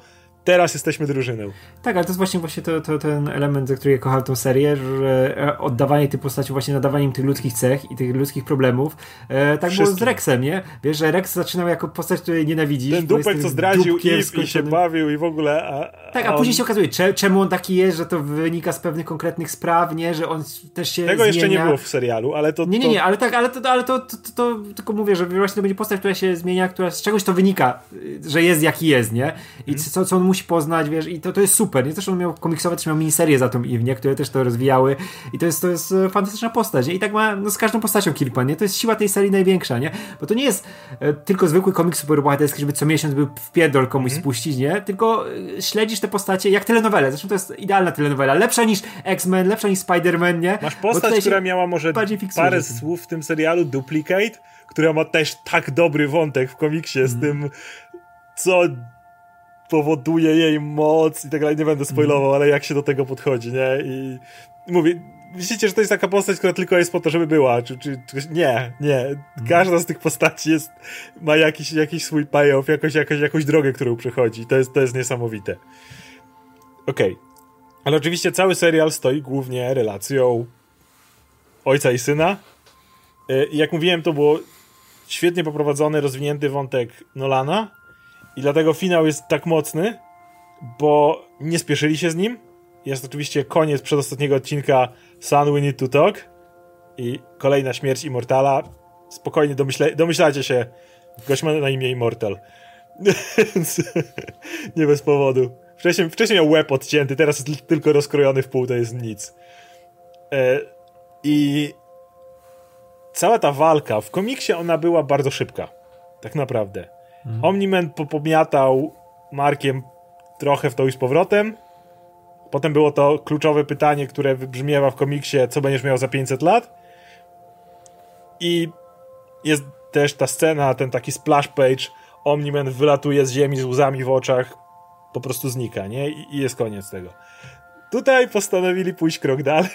teraz jesteśmy drużyną. Tak, ale to jest właśnie to ten element, za który ja kocham tą serię, że oddawanie tych postaci, właśnie nadawanie im tych ludzkich cech i tych ludzkich problemów. Tak było z Rexem, nie? Wiesz, że Rex zaczynał jako postać, której nienawidzisz. Ten dupek, co zdradził i się bawił i w ogóle... A później się okazuje, czemu on taki jest, że to wynika z pewnych konkretnych spraw, nie? Że on też się Tego jeszcze nie było w serialu, ale to... Nie, ale to tylko mówię, że właśnie to będzie postać, która się zmienia, która z czegoś to wynika, że jest jaki jest, nie? I co on musi poznać, wiesz, i to jest super, nie? Zresztą on miał komiksowe, też miał miniserię za tą Eve, które też to rozwijały i to jest fantastyczna postać, nie? I tak ma z każdą postacią Kirkman, nie? To jest siła tej serii największa, nie? Bo to nie jest tylko zwykły komiks superbohaterski, żeby co miesiąc był wpierdol komuś spuścić, nie? Tylko śledzisz te postacie jak telenowele, zresztą to jest idealna telenowela, lepsza niż X-Men, lepsza niż Spider-Man, nie? Masz postać, która miała może parę słów w tym serialu, Duplicate, która ma też tak dobry wątek w komiksie z tym, co powoduje jej moc i tak dalej, nie będę spoilował, ale jak się do tego podchodzi, nie? I mówię, myślicie, że to jest taka postać, która tylko jest po to, żeby była? Nie. Każda z tych postaci ma jakiś swój payoff, jakąś drogę, którą przechodzi. To jest niesamowite. Okej. Ale oczywiście cały serial stoi głównie relacją ojca i syna. I jak mówiłem, to było świetnie poprowadzony, rozwinięty wątek Nolana i dlatego finał jest tak mocny, bo nie spieszyli się z nim. Jest oczywiście koniec przedostatniego odcinka Son, we need to talk i kolejna śmierć Immortala. Spokojnie domyślacie się, gość ma na imię Immortal. Więc nie bez powodu. Wcześniej miał łeb odcięty, teraz jest tylko rozkrojony w pół, to jest nic. I cała ta walka w komiksie, ona była bardzo szybka. Tak naprawdę. Omni-Man pomiatał Markiem trochę w to i z powrotem. Potem było to kluczowe pytanie, które wybrzmiewa w komiksie, co będziesz miał za 500 lat. I jest też ta scena, ten taki splash page, Omni-Man wylatuje z ziemi z łzami w oczach, po prostu znika, nie? I jest koniec tego. Tutaj postanowili pójść krok dalej.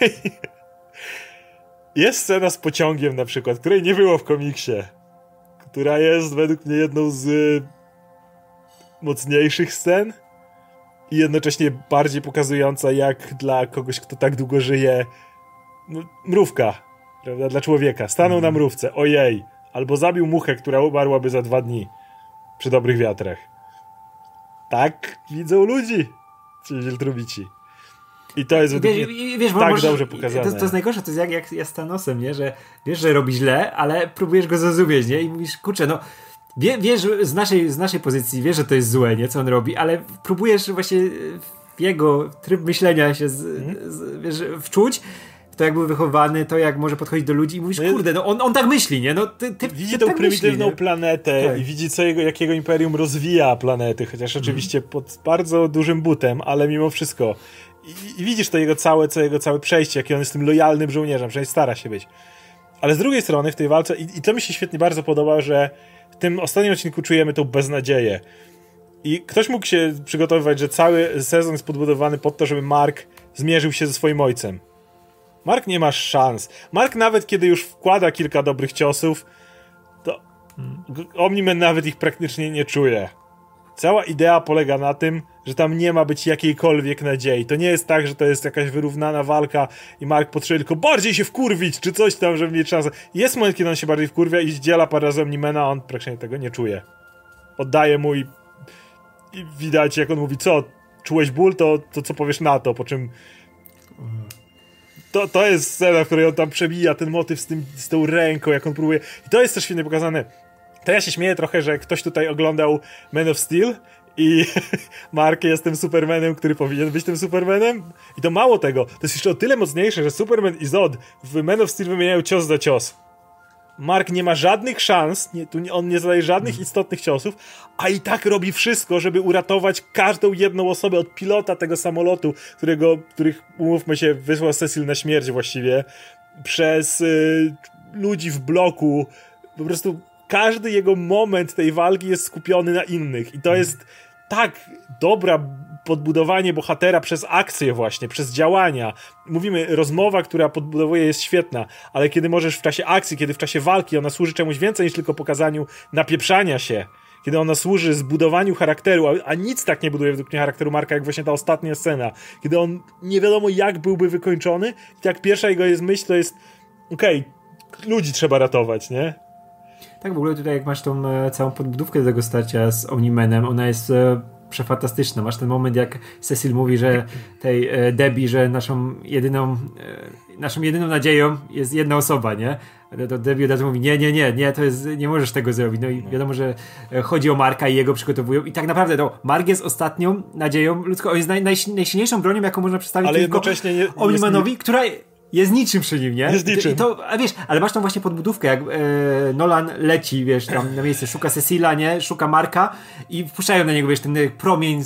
Jest scena z pociągiem na przykład, której nie było w komiksie, która jest według mnie jedną z mocniejszych scen i jednocześnie bardziej pokazująca, jak dla kogoś, kto tak długo żyje, mrówka, prawda, dla człowieka. Stanął na mrówce, ojej, albo zabił muchę, która umarłaby za 2 dni przy dobrych wiatrach. Tak widzą ludzi ci Wiltrubici. I to jest wiesz, tak dobrze pokazane. To jest najgorsze, to jest jak z Thanosem, nie? Że wiesz, że robi źle, ale próbujesz go zrozumieć, nie? I mówisz, kurczę, no wiesz, z naszej pozycji wiesz, że to jest złe, nie? Co on robi, ale próbujesz właśnie w jego tryb myślenia się wiesz, wczuć, to jak był wychowany, to jak może podchodzić do ludzi i mówisz, kurde, no on tak myśli, nie? No, widzi tą tak prymitywną myśli, planetę i widzi, jakiego imperium rozwija planety, chociaż oczywiście pod bardzo dużym butem, ale mimo wszystko. I widzisz to jego całe przejście, jakie on jest tym lojalnym żołnierzem, przynajmniej stara się być. Ale z drugiej strony w tej walce, i to mi się świetnie bardzo podoba, że w tym ostatnim odcinku czujemy tą beznadzieję. I ktoś mógł się przygotowywać, że cały sezon jest podbudowany pod to, żeby Mark zmierzył się ze swoim ojcem. Mark nie ma szans. Mark nawet kiedy już wkłada kilka dobrych ciosów, to Omni-Man nawet ich praktycznie nie czuje. Cała idea polega na tym, że tam nie ma być jakiejkolwiek nadziei. To nie jest tak, że to jest jakaś wyrównana walka i Mark potrzebuje tylko bardziej się wkurwić, czy coś tam, żeby mieć szansę. Jest moment, kiedy on się bardziej wkurwia i zdziela parę razy Omni-Mana, a on praktycznie tego nie czuje. Oddaje mu i widać, jak on mówi, co, czułeś ból, to co powiesz na to, po czym to jest scena, w której on tam przebija ten motyw z tą ręką, jak on próbuje. I to jest też świetnie pokazane. To ja się śmieję trochę, że ktoś tutaj oglądał Man of Steel i Mark jest tym Supermanem, który powinien być tym Supermanem. I to mało tego, to jest jeszcze o tyle mocniejsze, że Superman i Zod w Man of Steel wymieniają cios za cios. Mark nie ma żadnych szans, on nie zadaje żadnych istotnych ciosów, a i tak robi wszystko, żeby uratować każdą jedną osobę od pilota tego samolotu, których, umówmy się, wysłał Cecil na śmierć właściwie, przez ludzi w bloku. Po prostu każdy jego moment tej walki jest skupiony na innych i to jest tak dobra podbudowanie bohatera przez akcję właśnie, przez działania. Mówimy, rozmowa, która podbudowuje, jest świetna, ale kiedy możesz w czasie akcji, kiedy w czasie walki ona służy czemuś więcej niż tylko pokazaniu napieprzania się, kiedy ona służy zbudowaniu charakteru, a nic tak nie buduje według mnie charakteru Marka, jak właśnie ta ostatnia scena, kiedy on nie wiadomo jak byłby wykończony i jak pierwsza jego jest myśl, to jest okej, ludzi trzeba ratować, nie? Tak, w ogóle tutaj jak masz tą całą podbudówkę do tego starcia z Omni-Manem, ona jest przefantastyczna. Masz ten moment, jak Cecil mówi, że tej Debbie, że naszą jedyną nadzieją jest jedna osoba, nie? To Debbie od razu mówi, nie, to jest, nie możesz tego zrobić. No i wiadomo, że chodzi o Marka i jego przygotowują i tak naprawdę to Mark jest ostatnią nadzieją ludzką, on jest najsilniejszą bronią, jaką można przedstawić ale jednocześnie Omni-Manowi, która jest niczym przy nim, nie? Jest niczym. A wiesz, ale masz tą właśnie podbudówkę, jak Nolan leci, wiesz, tam na miejsce, szuka Cecila, nie? Szuka Marka i wpuszczają na niego, wiesz, ten promień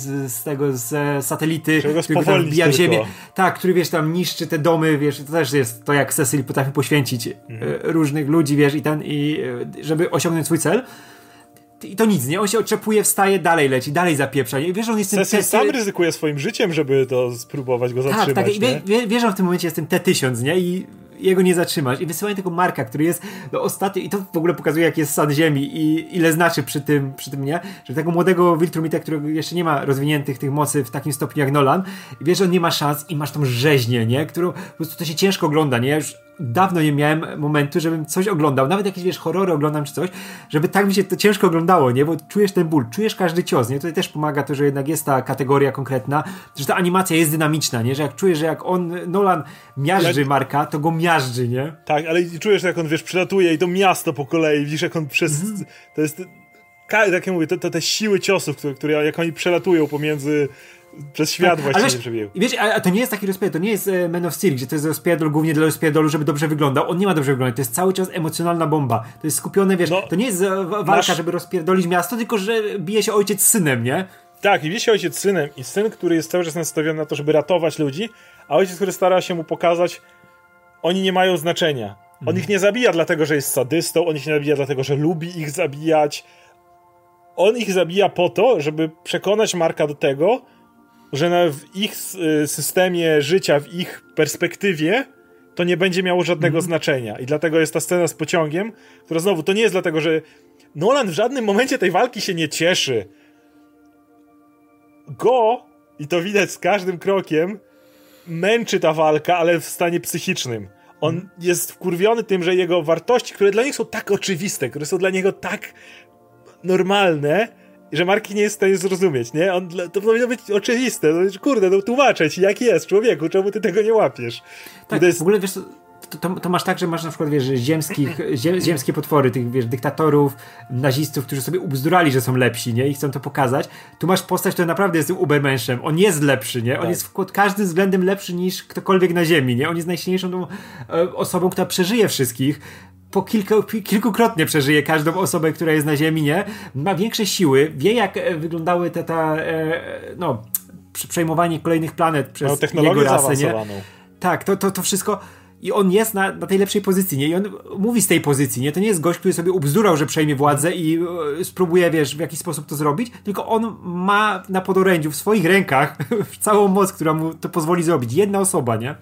z satelity, który tam wbija w ziemię. Tak, który, wiesz, tam niszczy te domy, wiesz, to też jest to, jak Cecil potrafi poświęcić różnych ludzi, wiesz, żeby osiągnąć swój cel. I to nic, nie? On się oczepuje, wstaje, dalej leci, dalej zapieprza. I wiesz, on jest Cecil sam ryzykuje swoim życiem, żeby to spróbować go zatrzymać. Tak, i wiesz, że w tym momencie jest ten T-1000, nie? I jego nie zatrzymasz. I wysyłają tego Marka, który jest ostatnio, i to w ogóle pokazuje, jak jest stan ziemi i ile znaczy przy tym, nie? Że tego młodego Viltrumita, którego jeszcze nie ma rozwiniętych tych mocy w takim stopniu jak Nolan, i wiesz, że on nie ma szans i masz tą rzeźnię, nie? Którą po prostu to się ciężko ogląda, nie? Już dawno nie miałem momentu, żebym coś oglądał, nawet jakieś, wiesz, horrory oglądam czy coś, żeby tak mi się to ciężko oglądało, nie? Bo czujesz ten ból, czujesz każdy cios, nie? Tutaj też pomaga to, że jednak jest ta kategoria konkretna, że ta animacja jest dynamiczna, nie? Że jak czujesz, że jak Nolan miażdży Marka, to go miażdży, nie? Tak, ale czujesz, jak on, wiesz, przelatuje i to miasto po kolei, widzisz, jak on to jest, tak jak ja mówię, to te siły ciosów, które jak oni przelatują przez świat właściwie przebiegł. Wiesz, a to nie jest taki rozpierdol, to nie jest Man of Steel, gdzie to jest rozpierdol głównie dla rozpierdolu, żeby dobrze wyglądał. On nie ma dobrze wyglądać, to jest cały czas emocjonalna bomba. To jest skupione, wiesz, to nie jest walka, żeby rozpierdolić miasto, tylko że bije się ojciec z synem, nie? Tak, i bije się ojciec z synem i syn, który jest cały czas nastawiony na to, żeby ratować ludzi, a ojciec, który stara się mu pokazać, oni nie mają znaczenia. On ich nie zabija dlatego, że jest sadystą, on ich nie zabija dlatego, że lubi ich zabijać. On ich zabija po to, żeby przekonać Marka do tego, że w ich systemie życia, w ich perspektywie to nie będzie miało żadnego znaczenia. I dlatego jest ta scena z pociągiem, która znowu, to nie jest dlatego, że Nolan w żadnym momencie tej walki się nie cieszy. I to widać z każdym krokiem, męczy ta walka, ale w stanie psychicznym. On jest wkurwiony tym, że jego wartości, które dla niego są tak oczywiste, które są dla niego tak normalne, że Mark nie jest w stanie zrozumieć, nie? To powinno być oczywiste. No, kurde, no tłumaczę ci, jak jest, człowieku, czemu ty tego nie łapiesz? Tak, w ogóle, wiesz, to masz tak, że masz na przykład, wiesz, ziemskie potwory, tych, wiesz, dyktatorów, nazistów, którzy sobie ubzdurali, że są lepsi, nie? I chcą to pokazać. Tu masz postać, która naprawdę jest tym ubermenszem. On jest lepszy, nie? On jest pod każdym względem lepszy niż ktokolwiek na ziemi, nie? On jest najsilniejszą tą osobą, która przeżyje wszystkich. Kilkukrotnie przeżyje każdą osobę, która jest na ziemi, nie? Ma większe siły, wie, jak wyglądały przejmowanie kolejnych planet przez jego rasę, nie? Tak, to wszystko. I on jest na tej lepszej pozycji, nie? I on mówi z tej pozycji, nie? To nie jest gość, który sobie ubzdurał, że przejmie władzę i spróbuje, wiesz, w jakiś sposób to zrobić, tylko on ma na podorędziu, w swoich rękach całą moc, która mu to pozwoli zrobić. Jedna osoba, nie?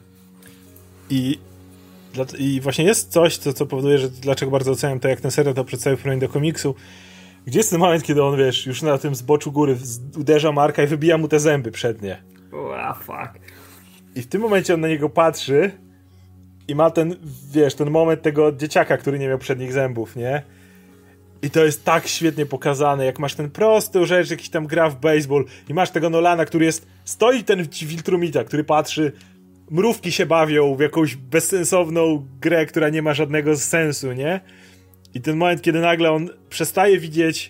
I właśnie jest coś, co powoduje, że dlaczego bardzo oceniam to, jak ten serial to przedstawił w do komiksu. Gdzie jest ten moment, kiedy on, wiesz, już na tym zboczu góry uderza Marka i wybija mu te zęby przednie. Fuck. I w tym momencie on na niego patrzy i ma ten, wiesz, ten moment tego dzieciaka, który nie miał przednich zębów, nie? I to jest tak świetnie pokazane, jak masz ten prosty rzecz, jakiś tam gra w baseball i masz tego Nolana, który stoi ten Viltrumita, który patrzy, mrówki się bawią w jakąś bezsensowną grę, która nie ma żadnego sensu, nie? I ten moment, kiedy nagle on przestaje widzieć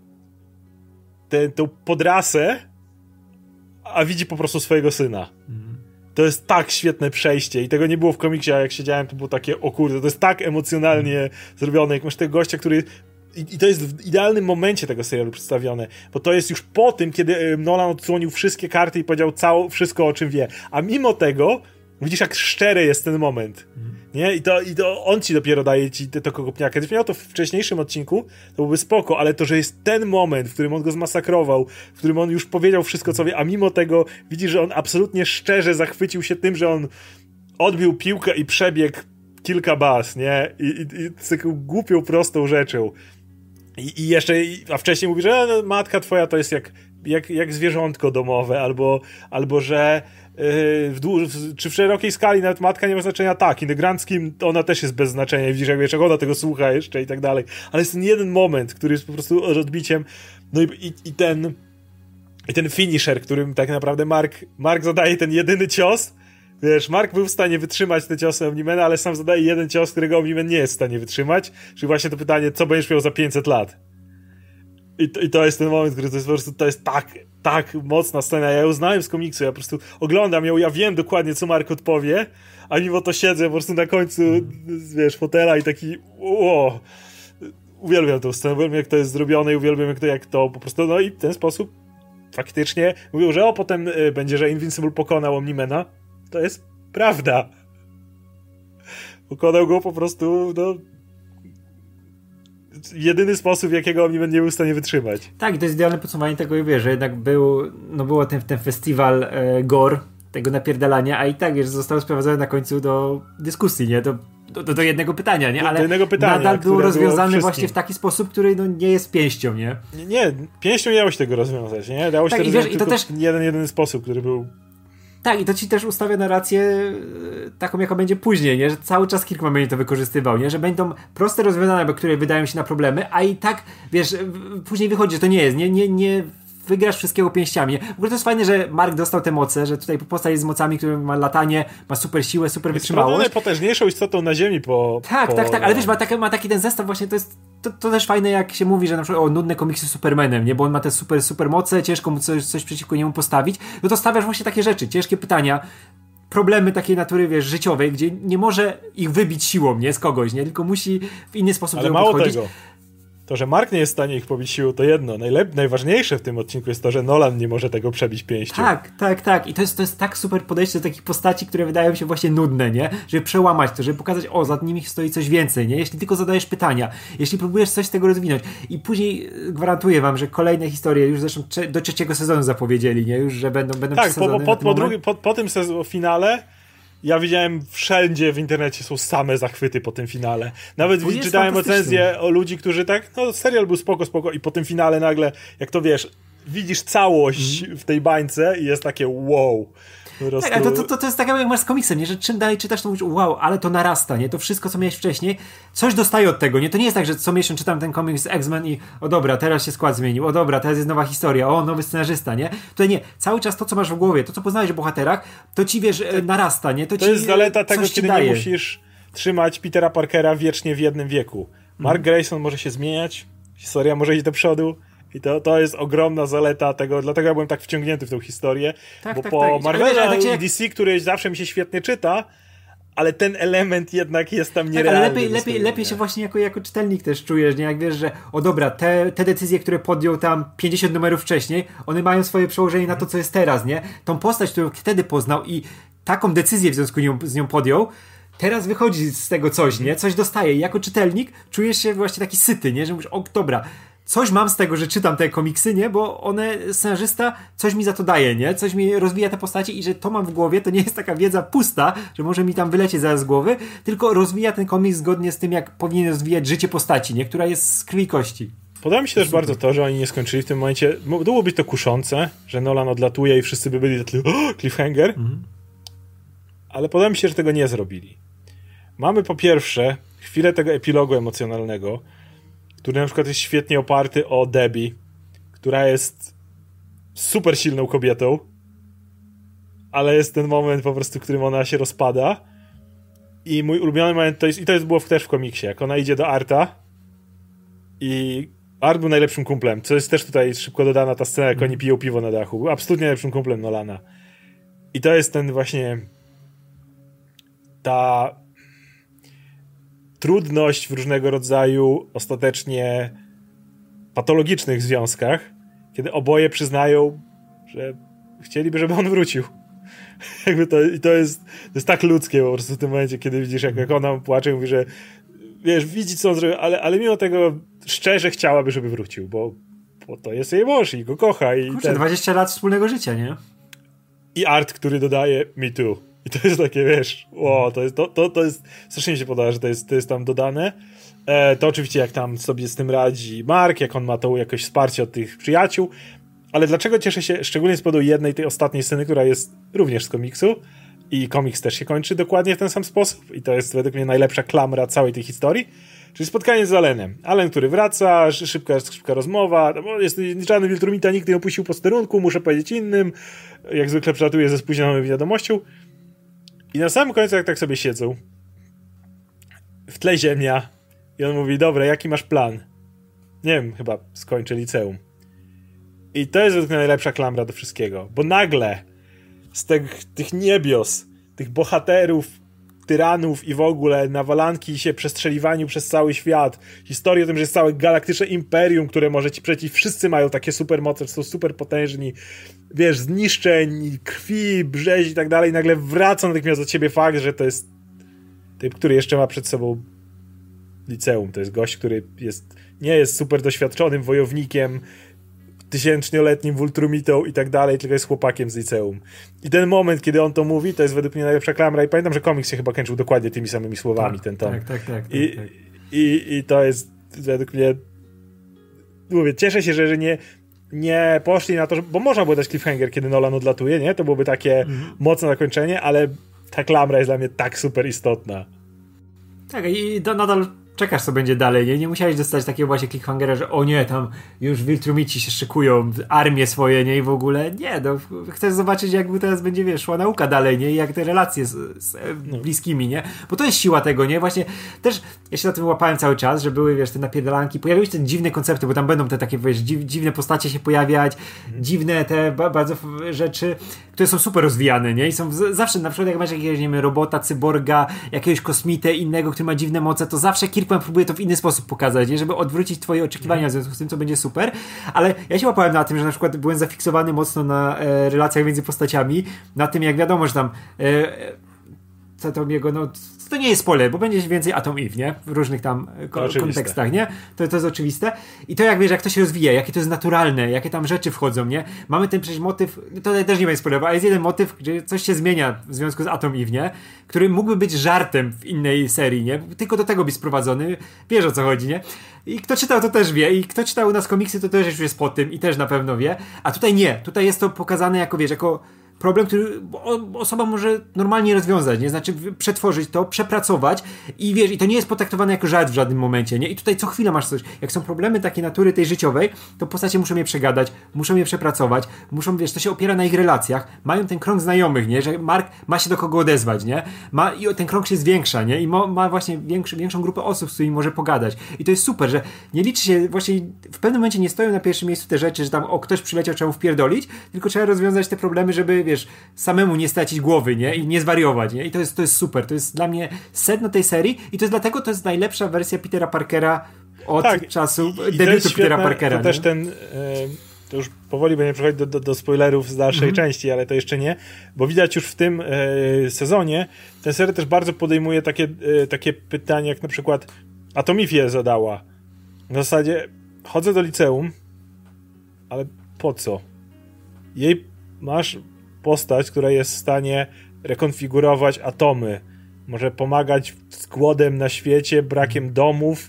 tą podrasę, a widzi po prostu swojego syna. To jest tak świetne przejście i tego nie było w komiksie, a jak siedziałem, to było takie, o kurde, to jest tak emocjonalnie zrobione, jak masz tego gościa, który... I to jest w idealnym momencie tego serialu przedstawione, bo to jest już po tym, kiedy Nolan odsłonił wszystkie karty i powiedział wszystko, o czym wie. A mimo tego widzisz, jak szczery jest ten moment. Nie? I to on ci dopiero daje ci to kopniaka. Gdybyś miał to w wcześniejszym odcinku, to byłby spoko, ale to, że jest ten moment, w którym on go zmasakrował, w którym on już powiedział wszystko, co wie, a mimo tego widzisz, że on absolutnie szczerze zachwycił się tym, że on odbił piłkę i przebiegł kilka baz, nie? I z taką głupią, prostą rzeczą. I jeszcze, a wcześniej mówi, że matka twoja to jest jak zwierzątko domowe, albo że czy w szerokiej skali nawet matka nie ma znaczenia, tak, i na grand scheme ona też jest bez znaczenia, widzisz, jak ona tego słucha jeszcze i tak dalej, ale jest ten jeden moment, który jest po prostu odbiciem, no i ten finisher, którym tak naprawdę Mark zadaje ten jedyny cios. Wiesz, Mark był w stanie wytrzymać te ciosy Omnimana, ale sam zadaje jeden cios, którego Omniman nie jest w stanie wytrzymać, czyli właśnie to pytanie, co będziesz miał za 500 lat. I to jest ten moment, który to jest po prostu, to jest tak mocna scena. Ja ją znałem z komiksu, ja po prostu oglądam ją, ja wiem dokładnie, co Mark odpowie, a mimo to siedzę po prostu na końcu, wiesz, fotela i taki uwielbiam tę scenę, uwielbiam, jak to jest zrobione i uwielbiam, jak to po prostu, no i w ten sposób faktycznie mówią, że potem będzie, że Invincible pokonał Omnimana. To jest prawda. Pokonał go po prostu, jedyny sposób, jakiego Omniman nie był w stanie wytrzymać. Tak, i to jest idealne podsumowanie tego, wiesz, że jednak było ten festiwal gore, tego napierdalania, a i tak, wiesz, zostało sprowadzone na końcu do dyskusji, nie? Do jednego pytania, nie? Ale jednego pytania, nadal było rozwiązane właśnie w taki sposób, który nie jest pięścią, nie? Nie, pięścią nie dało się tego rozwiązać, nie? Dało się tak, to rozwiązać tylko też jedyny sposób, który był... Tak, i to ci też ustawia narrację taką, jaka będzie później, nie? Że cały czas Kirkman będzie to wykorzystywał, nie? Że będą proste rozwiązania, które wydają się na problemy, a i tak, wiesz, później wychodzi, że to nie jest, nie wygrasz wszystkiego pięściami. Nie? W ogóle to jest fajne, że Mark dostał te moce, że tutaj postać jest z mocami, który ma latanie, ma super siłę, super wytrzymałość. Jest najpotężniejszą istotą na ziemi Tak, ale wiesz, ma taki ten zestaw właśnie, to też fajne, jak się mówi, że na przykład nudne komiksy z Supermanem, nie? Bo on ma te super moce, ciężko mu coś przeciwko niemu postawić, no to stawiasz właśnie takie rzeczy, ciężkie pytania, problemy takiej natury, wiesz, życiowej, gdzie nie może ich wybić siłą, nie? Z kogoś, nie? Tylko musi w inny sposób do tego podchodzić. Tego. To, że Mark nie jest w stanie ich pobić siłą, to jedno. Najważniejsze w tym odcinku jest to, że Nolan nie może tego przebić pięścią. Tak. I to jest tak super podejście do takich postaci, które wydają się właśnie nudne, nie? Żeby przełamać to, żeby pokazać, za nimi stoi coś więcej, nie? Jeśli tylko zadajesz pytania, jeśli próbujesz coś z tego rozwinąć. I później gwarantuję wam, że kolejne historie już zresztą do 3. sezonu zapowiedzieli, nie? Już, że będą tak, po tym finale ja widziałem wszędzie w internecie są same zachwyty po tym finale. Nawet czytałem recenzje o ludzi, którzy serial był spoko i po tym finale nagle, jak to wiesz, widzisz całość w tej bańce i jest takie wow. Tak, ale to jest tak jak masz z komiksem, nie? Że czym dalej czytasz, to mówisz, wow, ale to narasta, nie? To wszystko, co miałeś wcześniej, coś dostaje od tego, nie? To nie jest tak, że co miesiąc czytam ten komiks z X-Men i dobra, teraz się skład zmienił, dobra, teraz jest nowa historia, nowy scenarzysta, nie? Tutaj nie, cały czas to, co masz w głowie, to, co poznałeś o bohaterach, to ci, wiesz, narasta, nie? To jest zaleta tego, kiedy nie musisz trzymać Petera Parkera wiecznie w jednym wieku. Mark Grayson może się zmieniać, historia może iść do przodu. I to jest ogromna zaleta tego, dlatego ja byłem tak wciągnięty w tą historię, bo po Marvela i DC, który zawsze mi się świetnie czyta, ale ten element jednak jest tam nierealny. Ale lepiej się właśnie jako czytelnik też czujesz, nie? Jak wiesz, że dobra, te decyzje, które podjął tam 50 numerów wcześniej, one mają swoje przełożenie na to, co jest teraz, nie? Tą postać, którą wtedy poznał i taką decyzję w związku z nią podjął, teraz wychodzi z tego coś, nie? Coś dostaje i jako czytelnik czujesz się właśnie taki syty, nie? Że mówisz, dobra, coś mam z tego, że czytam te komiksy, nie? Bo scenarzysta coś mi za to daje, nie? Coś mi rozwija te postacie i że to mam w głowie, to nie jest taka wiedza pusta, że może mi tam wylecieć zaraz z głowy, tylko rozwija ten komiks zgodnie z tym, jak powinien rozwijać życie postaci, nie? Która jest z krwi i kości. Podoba mi się też bardzo to, że oni nie skończyli w tym momencie. Mogło być to kuszące, że Nolan odlatuje i wszyscy by byli taki cliffhanger. Ale podoba mi się, że tego nie zrobili. Mamy po pierwsze chwilę tego epilogu emocjonalnego, który na przykład jest świetnie oparty o Debbie, która jest super silną kobietą, ale jest ten moment po prostu, w którym ona się rozpada. I mój ulubiony moment to było też w komiksie, jak ona idzie do Arta i Art był najlepszym kumplem, co jest też tutaj szybko dodana ta scena, jak oni piją piwo na dachu. Był absolutnie najlepszym kumplem Nolana. I to jest ten właśnie ta trudność w różnego rodzaju ostatecznie patologicznych związkach, kiedy oboje przyznają, że chcieliby, żeby on wrócił. Jakby to jest tak ludzkie po prostu w tym momencie, kiedy widzisz, jak ona płacze i mówi, że wiesz, widzi co on zrobił, ale mimo tego szczerze chciałaby, żeby wrócił, bo to jest jej mąż i go kocha. Kurczę, 20 lat wspólnego życia, nie? I Art, który dodaje me too. I to jest takie, wiesz, to jest strasznie mi się podoba, że to jest tam dodane. To oczywiście jak tam sobie z tym radzi Mark, jak on ma to jakieś wsparcie od tych przyjaciół, ale dlaczego cieszę się szczególnie z powodu jednej, tej ostatniej sceny, która jest również z komiksu i komiks też się kończy dokładnie w ten sam sposób i to jest według mnie najlepsza klamra całej tej historii, czyli spotkanie z Allenem. Allen, który wraca, szybka rozmowa, jest żadny Wiltrumita, nikt nie opuścił posterunku, muszę powiedzieć innym, jak zwykle przelatuje ze spóźnioną wiadomością i na samym końcu jak tak sobie siedzą, w tle ziemia i on mówi, dobra, jaki masz plan? Nie wiem, chyba skończę liceum. I to jest najlepsza klamra do wszystkiego, bo nagle z tych niebios, tych bohaterów, tyranów i w ogóle nawalanki się przestrzeliwaniu przez cały świat, historii o tym, że jest całe galaktyczne imperium, które może ci przeciw, wszyscy mają takie supermoce, są super potężni, wiesz, zniszczeń, krwi, brzeź i tak dalej, nagle wraca natychmiast do ciebie fakt, że to jest typ, który jeszcze ma przed sobą liceum, to jest gość, który nie jest super doświadczonym wojownikiem, tysięcznioletnim Wultrumitą i tak dalej, tylko jest chłopakiem z liceum. I ten moment, kiedy on to mówi, to jest według mnie najlepsza klamra i pamiętam, że komiks się chyba kończył dokładnie tymi samymi słowami, ten tom. Tak. I to jest według mnie, mówię, cieszę się, że nie poszli na to, bo można było dać cliffhanger, kiedy Nolan odlatuje, nie? To byłoby takie mocne zakończenie, ale ta klamra jest dla mnie tak super istotna. Tak, i nadal czekasz, co będzie dalej, nie? Nie musiałeś dostać takiego właśnie cliffhangera, że o nie, tam już Wiltrumici się szykują, armie swoje, nie? I w ogóle, nie, no, chcesz zobaczyć, jak teraz będzie, wiesz, szła nauka dalej, nie? I jak te relacje z bliskimi, nie? Bo to jest siła tego, nie? Właśnie też, ja się na tym łapałem cały czas, że były, wiesz, te napierdalanki, pojawiły się te dziwne koncepty, bo tam będą te takie, wiesz, dziwne postacie się pojawiać, dziwne te bardzo rzeczy, które są super rozwijane, nie? I są zawsze, na przykład jak masz jakiegoś, nie wiem, robota, cyborga, jakiegoś kosmitę innego, który ma dziwne moce, to zawsze Kirkman próbuje to w inny sposób pokazać, nie? Żeby odwrócić twoje oczekiwania w związku z tym, co będzie super, ale ja się łapałem na tym, że na przykład byłem zafiksowany mocno na relacjach między postaciami, na tym, jak wiadomo, że tam co to jego, no to nie jest spoiler, bo będzie więcej Atom Eve, nie? W różnych tam kontekstach, nie? To jest oczywiste. I to jak wiesz, jak to się rozwija, jakie to jest naturalne, jakie tam rzeczy wchodzą, nie? Mamy ten przecież motyw, to też nie będzie spoiler, ale jest jeden motyw, gdzie coś się zmienia w związku z Atom Eve, nie? Który mógłby być żartem w innej serii, nie? Tylko do tego być sprowadzony. Wiesz, o co chodzi, nie? I kto czytał, to też wie. I kto czytał u nas komiksy, to też już jest po tym i też na pewno wie. A tutaj nie. Tutaj jest to pokazane jako, wiesz, jako problem, który osoba może normalnie rozwiązać, nie? Znaczy przetworzyć to, przepracować i wiesz, i to nie jest potraktowane jako żart w żadnym momencie, nie? I tutaj co chwila masz coś. Jak są problemy takiej natury tej życiowej, to postacie muszą je przegadać, muszą je przepracować, muszą, wiesz, to się opiera na ich relacjach, mają ten krąg znajomych, nie? Że Mark ma się do kogo odezwać, nie? I ten krąg się zwiększa, nie? I ma właśnie większą grupę osób, z którymi może pogadać. I to jest super, że nie liczy się, właśnie w pewnym momencie nie stoją na pierwszym miejscu te rzeczy, że tam ktoś przyleciał, trzeba mu wpierdolić, tylko trzeba rozwiązać te problemy, żeby, wiesz, samemu nie stracić głowy, nie? I nie zwariować, nie? I to jest super. To jest dla mnie sedno tej serii i to jest dlatego, to jest najlepsza wersja Petera Parkera od czasu debiutu Petera Parkera. To też ten... To już powoli będzie przechodzić do spoilerów z dalszej części, ale to jeszcze nie, bo widać już w tym sezonie ten serial też bardzo podejmuje takie pytania, jak na przykład Atom Eve je zadała. W zasadzie chodzę do liceum, ale po co? Masz postać, która jest w stanie rekonfigurować atomy, może pomagać z głodem na świecie, brakiem domów,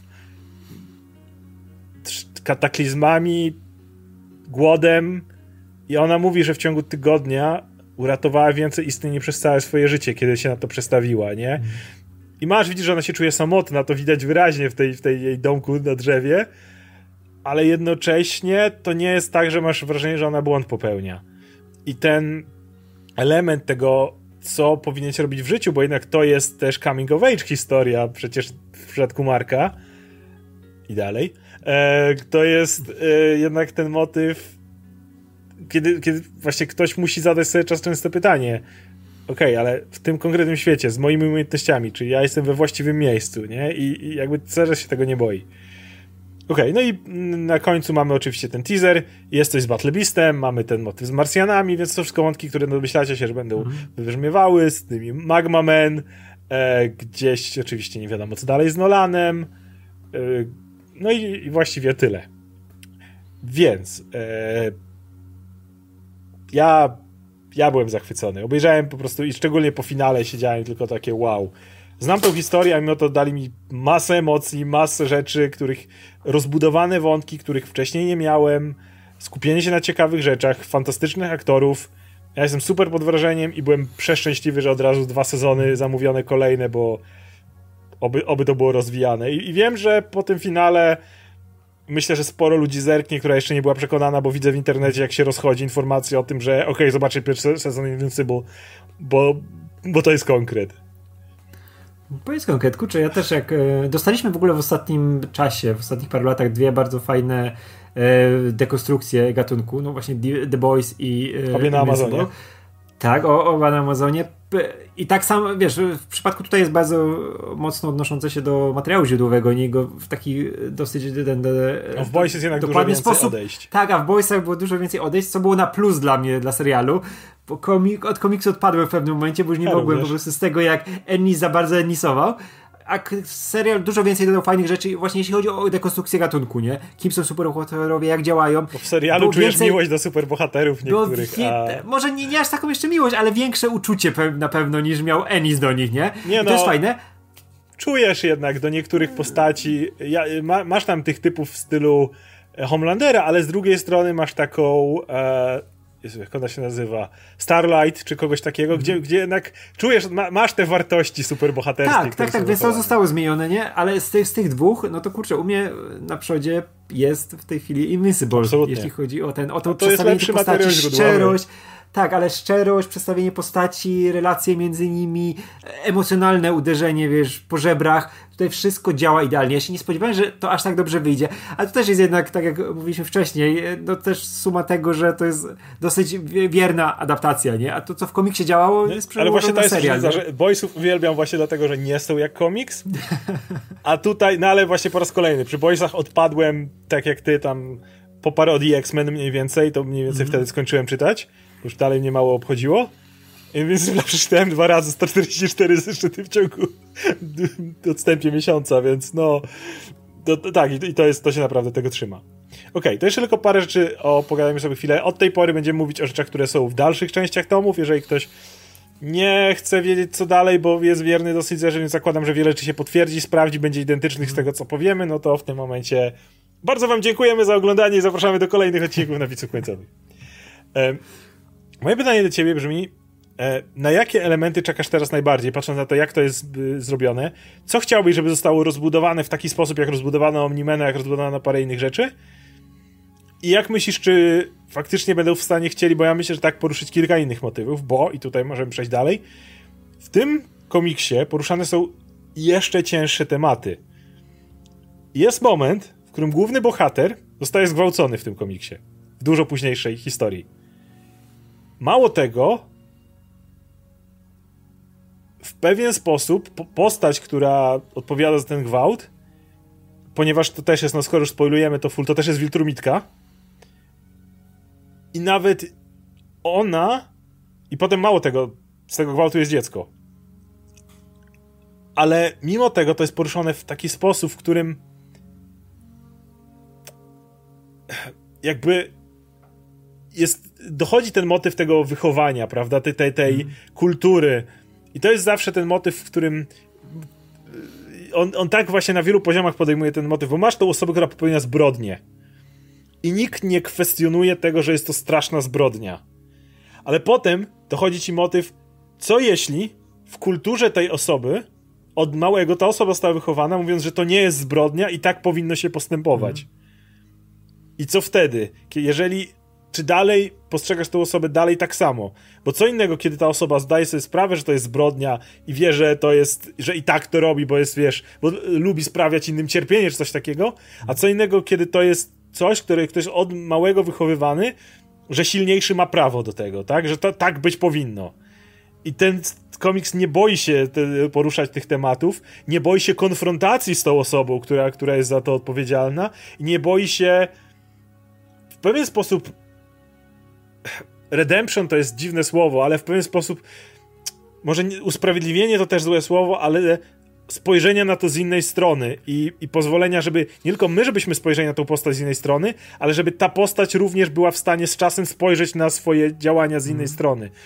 kataklizmami, głodem i ona mówi, że w ciągu tygodnia uratowała więcej istnień przez całe swoje życie, kiedy się na to przestawiła, nie? I widzisz, że ona się czuje samotna, to widać wyraźnie w tej jej domku na drzewie, ale jednocześnie to nie jest tak, że masz wrażenie, że ona błąd popełnia. I ten element tego, co powinien się robić w życiu, bo jednak to jest też coming of age historia, przecież w przypadku Marka i dalej, to jest jednak ten motyw, kiedy właśnie ktoś musi zadać sobie często pytanie, okej, ale w tym konkretnym świecie, z moimi umiejętnościami, czy ja jestem we właściwym miejscu, nie? I jakby Cezar się tego nie boi. Okej, no i na końcu mamy oczywiście ten teaser, jest coś z Battle Beastem, mamy ten motyw z Marsjanami, więc to wszystko wątki, które domyślacie się, że będą wybrzmiewały, z tymi Magma Men, gdzieś oczywiście nie wiadomo co dalej z Nolanem, no i właściwie tyle. Więc ja byłem zachwycony, obejrzałem po prostu i szczególnie po finale siedziałem tylko takie wow. znam tą historię, a mimo to dali mi masę emocji, masę rzeczy, których rozbudowane wątki, których wcześniej nie miałem, skupienie się na ciekawych rzeczach, fantastycznych aktorów. Ja jestem super pod wrażeniem i byłem przeszczęśliwy, że od razu 2 sezony zamówione kolejne, bo oby to było rozwijane. I wiem, że po tym finale myślę, że sporo ludzi zerknie, która jeszcze nie była przekonana, bo widzę w internecie, jak się rozchodzi informacja o tym, że zobaczcie pierwszy sezon Invincible, bo to jest konkret. To jest konkret. Kurczę, ja też jak dostaliśmy w ogóle w ostatnim czasie, w ostatnich paru latach 2 bardzo fajne dekonstrukcje gatunku, no właśnie The Boys i obie na Amazonie. Tak, oba na Amazonie. I tak samo, wiesz, w przypadku tutaj jest bardzo mocno odnoszące się do materiału źródłowego, nie go w taki dosyć w Boys jest jednak dużo więcej odejść. Tak, a w Boysach było dużo więcej odejść, co było na plus dla mnie, dla serialu. Bo od komiksu odpadłem w pewnym momencie, bo już nie mogłem po prostu z tego, jak Ennis za bardzo ennisował. A serial dużo więcej dodał fajnych rzeczy, właśnie jeśli chodzi o dekonstrukcję gatunku, nie? Kim są superbohaterowie, jak działają. Bo w serialu czujesz miłość do superbohaterów niektórych. Może nie aż taką jeszcze miłość, ale większe uczucie na pewno niż miał Ennis do nich, nie? I to jest fajne. Czujesz jednak do niektórych postaci, masz tam tych typów w stylu Homelandera, ale z drugiej strony masz taką... jak ona się nazywa, Starlight czy kogoś takiego, gdzie jednak czujesz, masz te wartości superbohaterskie. Tak, więc to zostało zmienione, nie? Ale z tych dwóch, no to kurczę, u mnie na przodzie jest w tej chwili Invincible, jeśli chodzi o to przedstawienie tej postaci, szczerość. Tak, ale szczerość, przedstawienie postaci, relacje między nimi, emocjonalne uderzenie, wiesz, po żebrach. Tutaj wszystko działa idealnie. Ja się nie spodziewałem, że to aż tak dobrze wyjdzie. Ale to też jest jednak, tak jak mówiliśmy wcześniej, no też suma tego, że to jest dosyć wierna adaptacja, nie? A to, co w komiksie działało, jest ale właśnie to jest serial, że Boysów uwielbiam właśnie dlatego, że nie są jak komiks. A tutaj, no ale właśnie po raz kolejny, przy Boysach odpadłem, tak jak ty tam, po parodii X-Men mniej więcej, to mniej więcej wtedy skończyłem czytać. Już dalej mnie mało obchodziło. Więc przeczytałem 2 razy 144 zeszyty w ciągu odstępie miesiąca, więc no tak, i to się naprawdę tego trzyma. Okej, to jeszcze tylko parę rzeczy, pogadajmy sobie chwilę. Od tej pory będziemy mówić o rzeczach, które są w dalszych częściach tomów. Jeżeli ktoś nie chce wiedzieć co dalej, bo jest wierny dosyć zerze, więc zakładam, że wiele rzeczy się potwierdzi, sprawdzi, będzie identycznych z tego, co powiemy, no to w tym momencie bardzo wam dziękujemy za oglądanie i zapraszamy do kolejnych odcinków napisów końcowych. Moje pytanie do ciebie brzmi, na jakie elementy czekasz teraz najbardziej, patrząc na to, jak to jest zrobione? Co chciałbyś, żeby zostało rozbudowane w taki sposób, jak rozbudowano Omnimana, jak rozbudowano parę innych rzeczy? I jak myślisz, czy faktycznie będą w stanie chcieli, bo ja myślę, że tak, poruszyć kilka innych motywów, bo, i tutaj możemy przejść dalej, w tym komiksie poruszane są jeszcze cięższe tematy. Jest moment, w którym główny bohater zostaje zgwałcony w tym komiksie. W dużo późniejszej historii. Mało tego, w pewien sposób postać, która odpowiada za ten gwałt, ponieważ to też jest, no skoro już spoilujemy to full, to też jest Wiltrumitka. I nawet ona, i potem mało tego, z tego gwałtu jest dziecko. Ale mimo tego to jest poruszone w taki sposób, w którym jakby dochodzi ten motyw tego wychowania, prawda, tej kultury. I to jest zawsze ten motyw, w którym on tak właśnie na wielu poziomach podejmuje ten motyw, bo masz tą osobę, która popełnia zbrodnię. I nikt nie kwestionuje tego, że jest to straszna zbrodnia. Ale potem dochodzi ci motyw, co jeśli w kulturze tej osoby od małego ta osoba została wychowana, mówiąc, że to nie jest zbrodnia i tak powinno się postępować. I co wtedy? Czy dalej postrzegasz tę osobę dalej tak samo? Bo co innego, kiedy ta osoba zdaje sobie sprawę, że to jest zbrodnia i wie, że to jest, że i tak to robi, bo jest, wiesz, bo lubi sprawiać innym cierpienie czy coś takiego, a co innego, kiedy to jest coś, które ktoś od małego wychowywany, że silniejszy ma prawo do tego, tak? Że to tak być powinno. I ten komiks nie boi się poruszać tych tematów, nie boi się konfrontacji z tą osobą, która jest za to odpowiedzialna i nie boi się w pewien sposób redemption to jest dziwne słowo, ale w pewien sposób może usprawiedliwienie to też złe słowo, ale spojrzenia na to z innej strony i pozwolenia, żeby nie tylko my, żebyśmy spojrzeli na tą postać z innej strony, ale żeby ta postać również była w stanie z czasem spojrzeć na swoje działania z innej strony.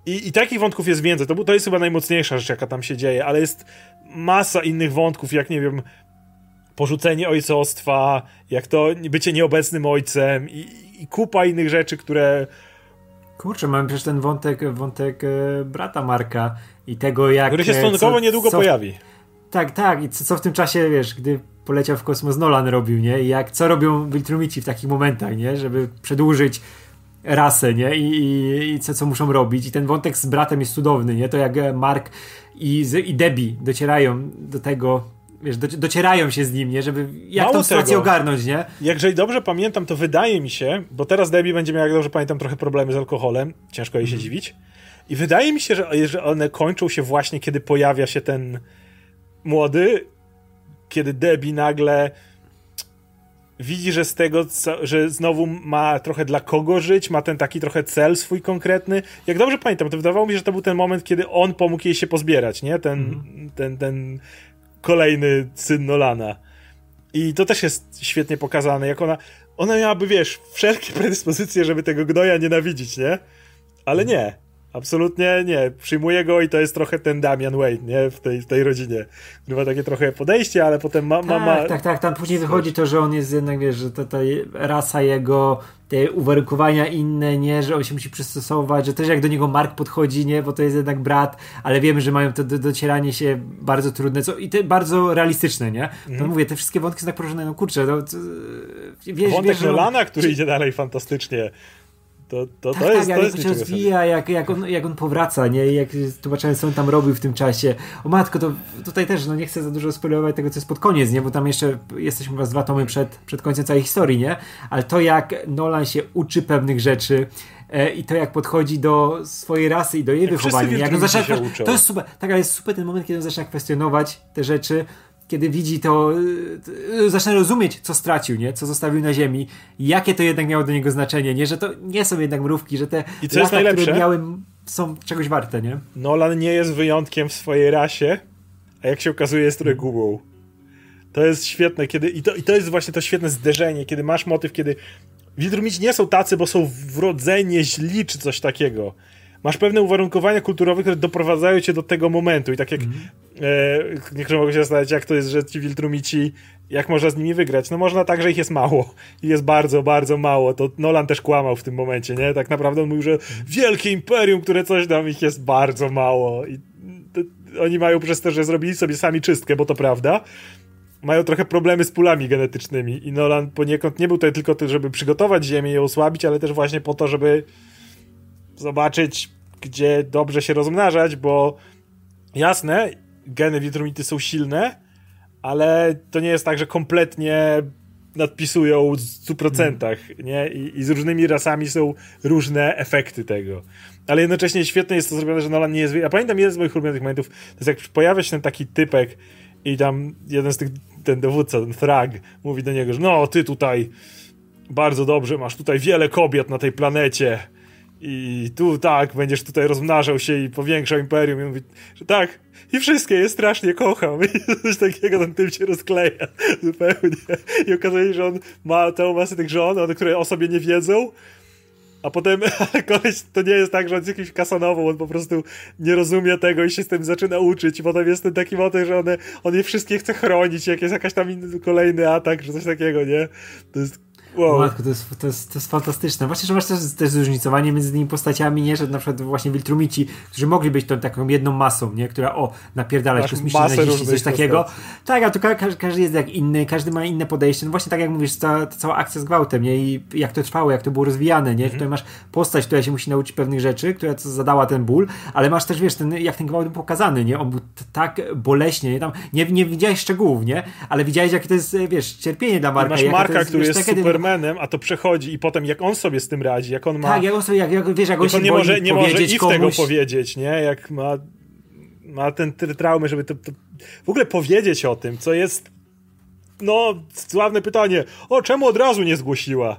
I takich wątków jest więcej. To jest chyba najmocniejsza rzecz, jaka tam się dzieje, ale jest masa innych wątków, jak nie wiem, porzucenie ojcostwa, jak to bycie nieobecnym ojcem i kupa innych rzeczy, które... Kurczę, mamy przecież ten wątek brata Marka i tego, jak... Który się stosunkowo niedługo pojawi. Tak. I co w tym czasie, wiesz, gdy poleciał w kosmos, Nolan robił, nie? I co robią Viltrumici w takich momentach, nie? Żeby przedłużyć rasę, nie? I co muszą robić. I ten wątek z bratem jest cudowny, nie? To jak Mark i Debbie docierają do tego, wiesz, docierają się z nim, nie? Żeby jak tą sytuację ogarnąć, nie? Jeżeli dobrze pamiętam, to wydaje mi się, bo teraz Debbie będzie miała, jak dobrze pamiętam, trochę problemy z alkoholem, ciężko jej się dziwić. I wydaje mi się, że one kończą się właśnie, kiedy pojawia się ten młody, kiedy Debbie nagle widzi, że z tego, że znowu ma trochę dla kogo żyć, ma ten taki trochę cel swój konkretny. Jak dobrze pamiętam, to wydawało mi się, że to był ten moment, kiedy on pomógł jej się pozbierać, nie? Ten kolejny syn Nolana. I to też jest świetnie pokazane, jak ona miałaby, wiesz, wszelkie predyspozycje, żeby tego gnoja nienawidzić, nie? Ale nie. Absolutnie nie. Przyjmuje go i to jest trochę ten Damian Wayne, nie? W tej rodzinie. Który ma takie trochę podejście, ale potem ma... Tak. Tam później wychodzi to, że on jest jednak, wiesz, że ta rasa jego, te uwarunkowania inne, nie? Że on się musi przystosować, że też jak do niego Mark podchodzi, nie? Bo to jest jednak brat, ale wiemy, że mają to docieranie się bardzo trudne, i te bardzo realistyczne, nie? To mówię, te wszystkie wątki są tak poruszone, no kurczę, wątek Nolana, który idzie dalej fantastycznie. To jest jak się rozwija, jak on powraca, nie? Jak tłumaczenie, co on tam robił w tym czasie. O matko, to tutaj też, nie chcę za dużo spoilerować tego, co jest pod koniec, nie? Bo tam jeszcze jesteśmy chyba 2 tomy przed końcem całej historii, nie? Ale to, jak Nolan się uczy pewnych rzeczy i to, jak podchodzi do swojej rasy i do jej wychowania. Jak on zaczyna, to jest super, ale jest super ten moment, kiedy on zaczyna kwestionować te rzeczy, kiedy widzi to, zaczyna rozumieć, co stracił, nie? Co zostawił na ziemi, jakie to jednak miało do niego znaczenie, nie? Że to nie są jednak mrówki, że te I co lata, jest które miałem, są czegoś warte, nie? Nolan nie jest wyjątkiem w swojej rasie, a jak się okazuje, jest regułą. To jest świetne, i to jest właśnie to świetne zderzenie, kiedy masz motyw, kiedy Viltrumici nie są tacy, bo są wrodzenie źli, czy coś takiego. Masz pewne uwarunkowania kulturowe, które doprowadzają cię do tego momentu i tak jak niektórzy mogą się zastanawiać, jak to jest, że ci Viltrumici, jak można z nimi wygrać? No można tak, że ich jest mało. I jest bardzo, bardzo mało. To Nolan też kłamał w tym momencie, nie? Tak naprawdę on mówił, że wielkie imperium, które coś tam, ich jest bardzo mało. I oni mają przez to, że zrobili sobie sami czystkę, bo to prawda, mają trochę problemy z pulami genetycznymi i Nolan poniekąd nie był tutaj tylko to, żeby przygotować Ziemię i ją osłabić, ale też właśnie po to, żeby zobaczyć, gdzie dobrze się rozmnażać, bo jasne, geny Viltrumity są silne, ale to nie jest tak, że kompletnie nadpisują w 100%, nie? I z różnymi rasami są różne efekty tego. Ale jednocześnie świetnie jest to zrobione, że Nolan nie jest... Ja pamiętam jeden z moich ulubionych momentów, to jest jak pojawia się ten taki typek i tam jeden z tych, ten dowódca, ten Thrag, mówi do niego, że no, ty tutaj bardzo dobrze, masz tutaj wiele kobiet na tej planecie i tu tak, będziesz tutaj rozmnażał się i powiększał imperium. I mówi, że tak, i wszystkie je strasznie kocham. I coś takiego, ten typ się rozkleja zupełnie. I okazuje się, że on ma całą masę tych żon, które o sobie nie wiedzą, a potem, ale koleś, to nie jest tak, że on jest jakimś kasanową, on po prostu nie rozumie tego i się z tym zaczyna uczyć. I potem jest ten taki motyw, że on je wszystkie chce chronić, jak jest jakaś tam kolejny atak, czy coś takiego, nie? To jest... Wow. Matko, to jest fantastyczne. Właśnie, że masz też zróżnicowanie między tymi postaciami, nie? Że na przykład właśnie Viltrumici, którzy mogli być tą taką jedną masą, nie? Która napierdalać kosmiczne naziści, coś takiego. Tak, a to każdy jest jak inny, każdy ma inne podejście. No właśnie tak jak mówisz, ta cała akcja z gwałtem, nie? I jak to trwało, jak to było rozwijane, nie? Tutaj masz postać, która się musi nauczyć pewnych rzeczy, która zadała ten ból, ale masz też, wiesz, jak ten gwałt był pokazany, nie? On był tak boleśnie, nie? Tam nie widziałeś szczegółów, nie? Ale widziałeś, jakie to jest, wiesz, cierpienie dla Marka. Masz Marka, który jest Supermanem, a to przechodzi i potem jak on sobie z tym radzi, jak on ma... Tak, jak on sobie, wiesz, jak on się nie może i komuś... tego powiedzieć, nie? Jak ma ten traumę, żeby to w ogóle powiedzieć o tym, co jest no, sławne pytanie, czemu od razu nie zgłosiła?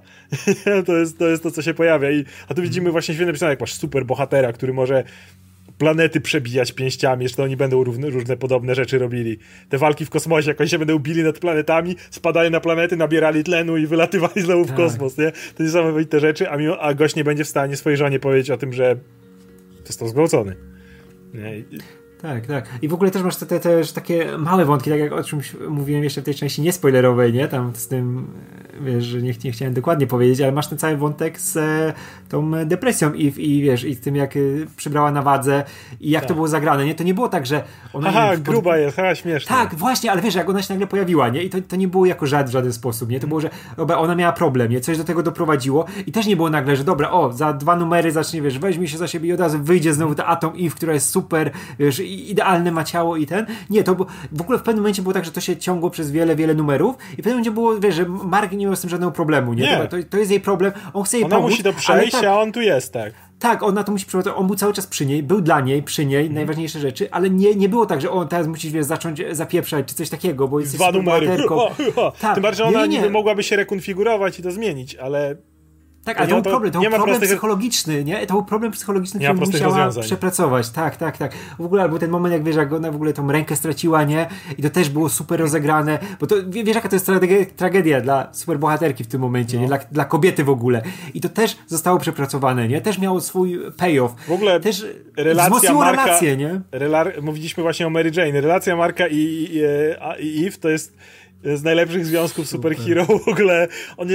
to jest to, co się pojawia. A tu widzimy właśnie świetne pisane, jak masz super bohatera, który może planety przebijać pięściami, jeszcze oni będą różne podobne rzeczy robili. Te walki w kosmosie, jak oni się będą bili nad planetami, spadają na planety, nabierali tlenu i wylatywali znowu w kosmos, nie? To niesamowite rzeczy, a gość nie będzie w stanie swojej żonie powiedzieć o tym, że został zgwałcony. Nie? Tak, tak. I w ogóle też masz też takie małe wątki, tak jak o czymś mówiłem jeszcze w tej części niespoilerowej, nie? Tam z tym, wiesz, że nie chciałem dokładnie powiedzieć, ale masz ten cały wątek z tą depresją i wiesz, i z tym jak przybrała na wadze i jak to było zagrane, nie? To nie było tak, że ona... gruba jest, śmieszna. Tak, właśnie, ale wiesz, jak ona się nagle pojawiła, nie? I to nie było jako żart w żaden sposób, nie? To było, że ona miała problem, nie? Coś do tego doprowadziło i też nie było nagle, że dobra, za 2 numery zacznie, wiesz, weźmie się za siebie i od razu wyjdzie znowu ta Atom Eve, która jest super, wiesz, idealne ma ciało i nie, to w ogóle w pewnym momencie było tak, że to się ciągło przez wiele, wiele numerów i w pewnym momencie było, wiesz, że Mark nie miał z tym żadnego problemu, nie? To jest jej problem, on chce jej pomóc. Ona musi to przejść, a on tu jest, tak. Tak, ona to musi przyjąć, on był cały czas przy niej, był dla niej, przy niej, najważniejsze rzeczy, ale nie było tak, że teraz musisz, wiesz, zacząć zapieprzać, czy coś takiego, bo jest 2 numery. Tak. Tym bardziej, że ona niby mogłaby się rekonfigurować i to zmienić, ale... Tak, ale to był problem psychologiczny, nie? To był problem psychologiczny, który musiała przepracować. Tak. W ogóle, albo ten moment, jak wiesz, jak ona w ogóle tą rękę straciła, nie? I to też było super rozegrane, bo to, wiesz, jaka to jest tragedia dla superbohaterki w tym momencie, nie? Dla kobiety w ogóle. I to też zostało przepracowane, nie? Też miało swój payoff. W ogóle też relacja Marka... relację, nie? Mówiliśmy właśnie o Mary Jane. Relacja Marka i Eve to jest z najlepszych związków superhero w ogóle.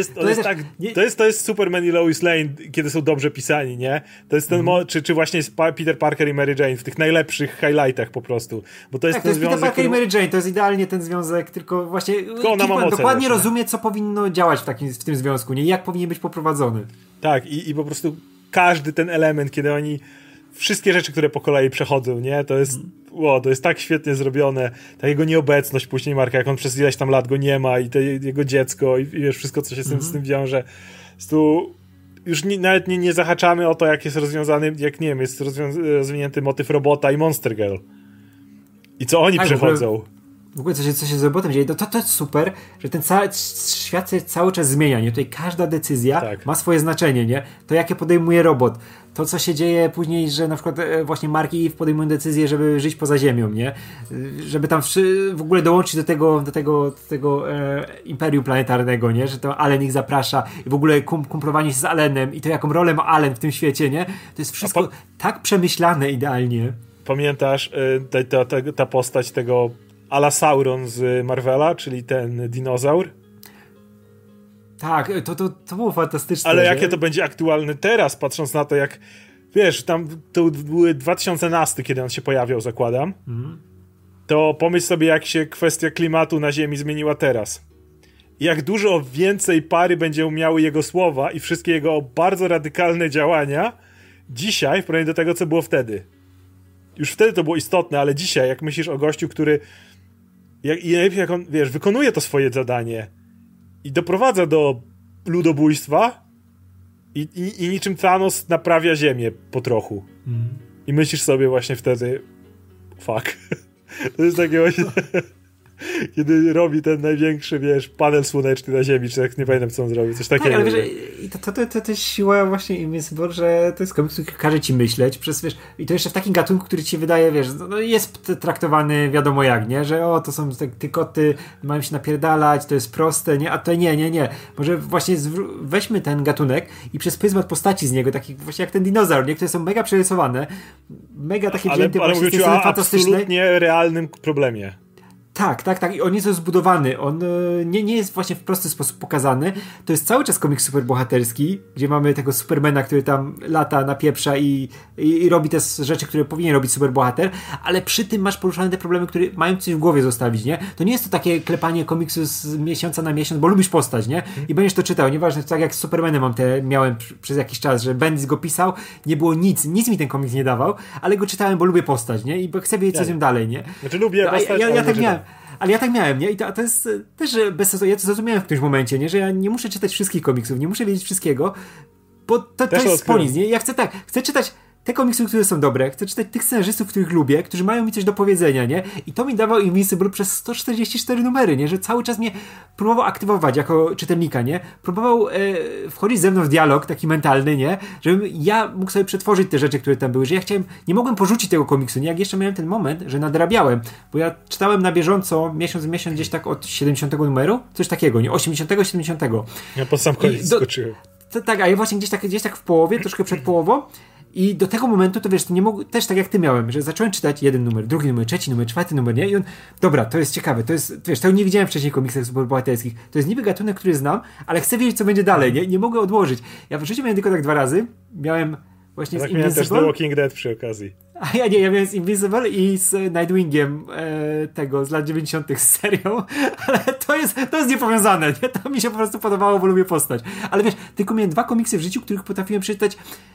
To jest Superman i Lois Lane, kiedy są dobrze pisani, nie? To jest ten czy właśnie jest Peter Parker i Mary Jane w tych najlepszych highlightach po prostu. Bo to jest ten związek, Peter Parker i Mary Jane, to jest idealnie ten związek, tylko właśnie dokładnie rozumie, co powinno działać w tym związku, nie? Jak powinien być poprowadzony. Tak, i po prostu każdy ten element, kiedy oni wszystkie rzeczy, które po kolei przechodzą, nie? To jest tak świetnie zrobione. Ta jego nieobecność później Marka, jak on przez ileś tam lat go nie ma i jego dziecko i wiesz, wszystko, co się z tym wiąże. Tu już nawet nie zahaczamy o to, jak jest rozwiązany, jak nie wiem, jest rozwinięty motyw robota i Monster Girl. I co oni przechodzą. W ogóle co się z robotem dzieje, to jest super, że ten świat się cały czas zmienia, nie? Tutaj każda decyzja ma swoje znaczenie, nie? To jakie podejmuje robot, to co się dzieje później, że na przykład właśnie Mark i Eve podejmują decyzję, żeby żyć poza ziemią, nie? Żeby tam w ogóle dołączyć do tego imperium planetarnego, nie? Że to Allen ich zaprasza i w ogóle kumplowanie się z Allenem i to jaką rolę ma Allen w tym świecie, nie? To jest wszystko tak przemyślane idealnie. Pamiętasz ta postać tego a la Sauron z Marvela, czyli ten dinozaur? Tak, to było fantastyczne. Ale jakie to będzie aktualne teraz, patrząc na to, jak wiesz, tam to były 2011, kiedy on się pojawiał, zakładam. To pomyśl sobie, jak się kwestia klimatu na Ziemi zmieniła teraz. I jak dużo więcej pary będzie miały jego słowa i wszystkie jego bardzo radykalne działania dzisiaj w porównaniu do tego, co było wtedy. Już wtedy to było istotne, ale dzisiaj, jak myślisz o gościu, który jak on, wiesz, wykonuje to swoje zadanie i doprowadza do ludobójstwa i niczym Thanos naprawia ziemię po trochu. I myślisz sobie właśnie wtedy fuck. To jest takie właśnie kiedy robi ten największy, wiesz, panel słoneczny na ziemi, czy tak nie pamiętam, co on zrobił, coś takiego. Tak, ale wiesz, to jest siła właśnie Invincible, że to jest komiks, który każe ci myśleć, wiesz, i to jeszcze w takim gatunku, który ci wydaje, wiesz, jest traktowany wiadomo jak, nie, że to są te koty, mają się napierdalać, to jest proste, nie, a to nie. Może właśnie weźmy ten gatunek i przez pryzmat postaci z niego, takich właśnie jak ten dinozaur, nie, które są mega przerysowane, mega takie wzięte właśnie z tej strony fantastycznej. Absolutnie realnym problemie. Tak. I on jest zbudowany. On nie jest właśnie w prosty sposób pokazany. To jest cały czas komiks superbohaterski, gdzie mamy tego Supermana, który tam lata, napieprza i robi te rzeczy, które powinien robić superbohater, ale przy tym masz poruszane te problemy, które mają coś w głowie zostawić, nie? To nie jest to takie klepanie komiksu z miesiąca na miesiąc, bo lubisz postać, nie? I będziesz to czytał. Nieważne, tak jak z Supermanem miałem przez jakiś czas, że Bendis go pisał, nie było nic mi ten komiks nie dawał, ale go czytałem, bo lubię postać, nie? I chcę wiedzieć, co z nim dalej, nie? Znaczy lubię postać, ja tak miałem. Ale ja tak miałem, nie? I to jest też bez sensu. Ja to zrozumiałem w którymś momencie, nie? Że ja nie muszę czytać wszystkich komiksów, nie muszę wiedzieć wszystkiego, bo to jest po nic, nie? Ja chcę czytać te komiksy, które są dobre, chcę czytać tych scenarzystów, których lubię, którzy mają mi coś do powiedzenia, nie? I to mi dawał Invincible przez 144 numery, nie? Że cały czas mnie próbował aktywować jako czytelnika, nie? Próbował wchodzić ze mną w dialog taki mentalny, nie? Żebym ja mógł sobie przetworzyć te rzeczy, które tam były, że ja nie mogłem porzucić tego komiksu, nie? Jak jeszcze miałem ten moment, że nadrabiałem, bo ja czytałem na bieżąco, miesiąc w miesiąc gdzieś tak od 70 numeru, coś takiego, nie? 80, 70. Ja po sam koniec skoczyłem. Tak, a ja właśnie gdzieś tak w połowie, troszkę przed połową, I do tego momentu, to wiesz, to nie mogłem, też tak jak ty miałem, że zacząłem czytać jeden numer, drugi numer, trzeci numer, czwarty numer, nie? I on, dobra, to jest ciekawe, to jest, wiesz, tego nie widziałem wcześniej w komiksach superbohaterskich. To jest niby gatunek, który znam, ale chcę wiedzieć, co będzie dalej, nie mogę odłożyć. Ja w życiu miałem tylko tak 2 razy. Miałem właśnie tak z Invincible. Miałem też The Walking Dead przy okazji. A ja miałem z Invincible i z Nightwingiem tego z lat 90. z serią, ale to jest niepowiązane, nie? To mi się po prostu podobało, bo lubię postać. Ale wiesz, tylko miałem 2 komiksy w życiu, których potrafiłem przeczytać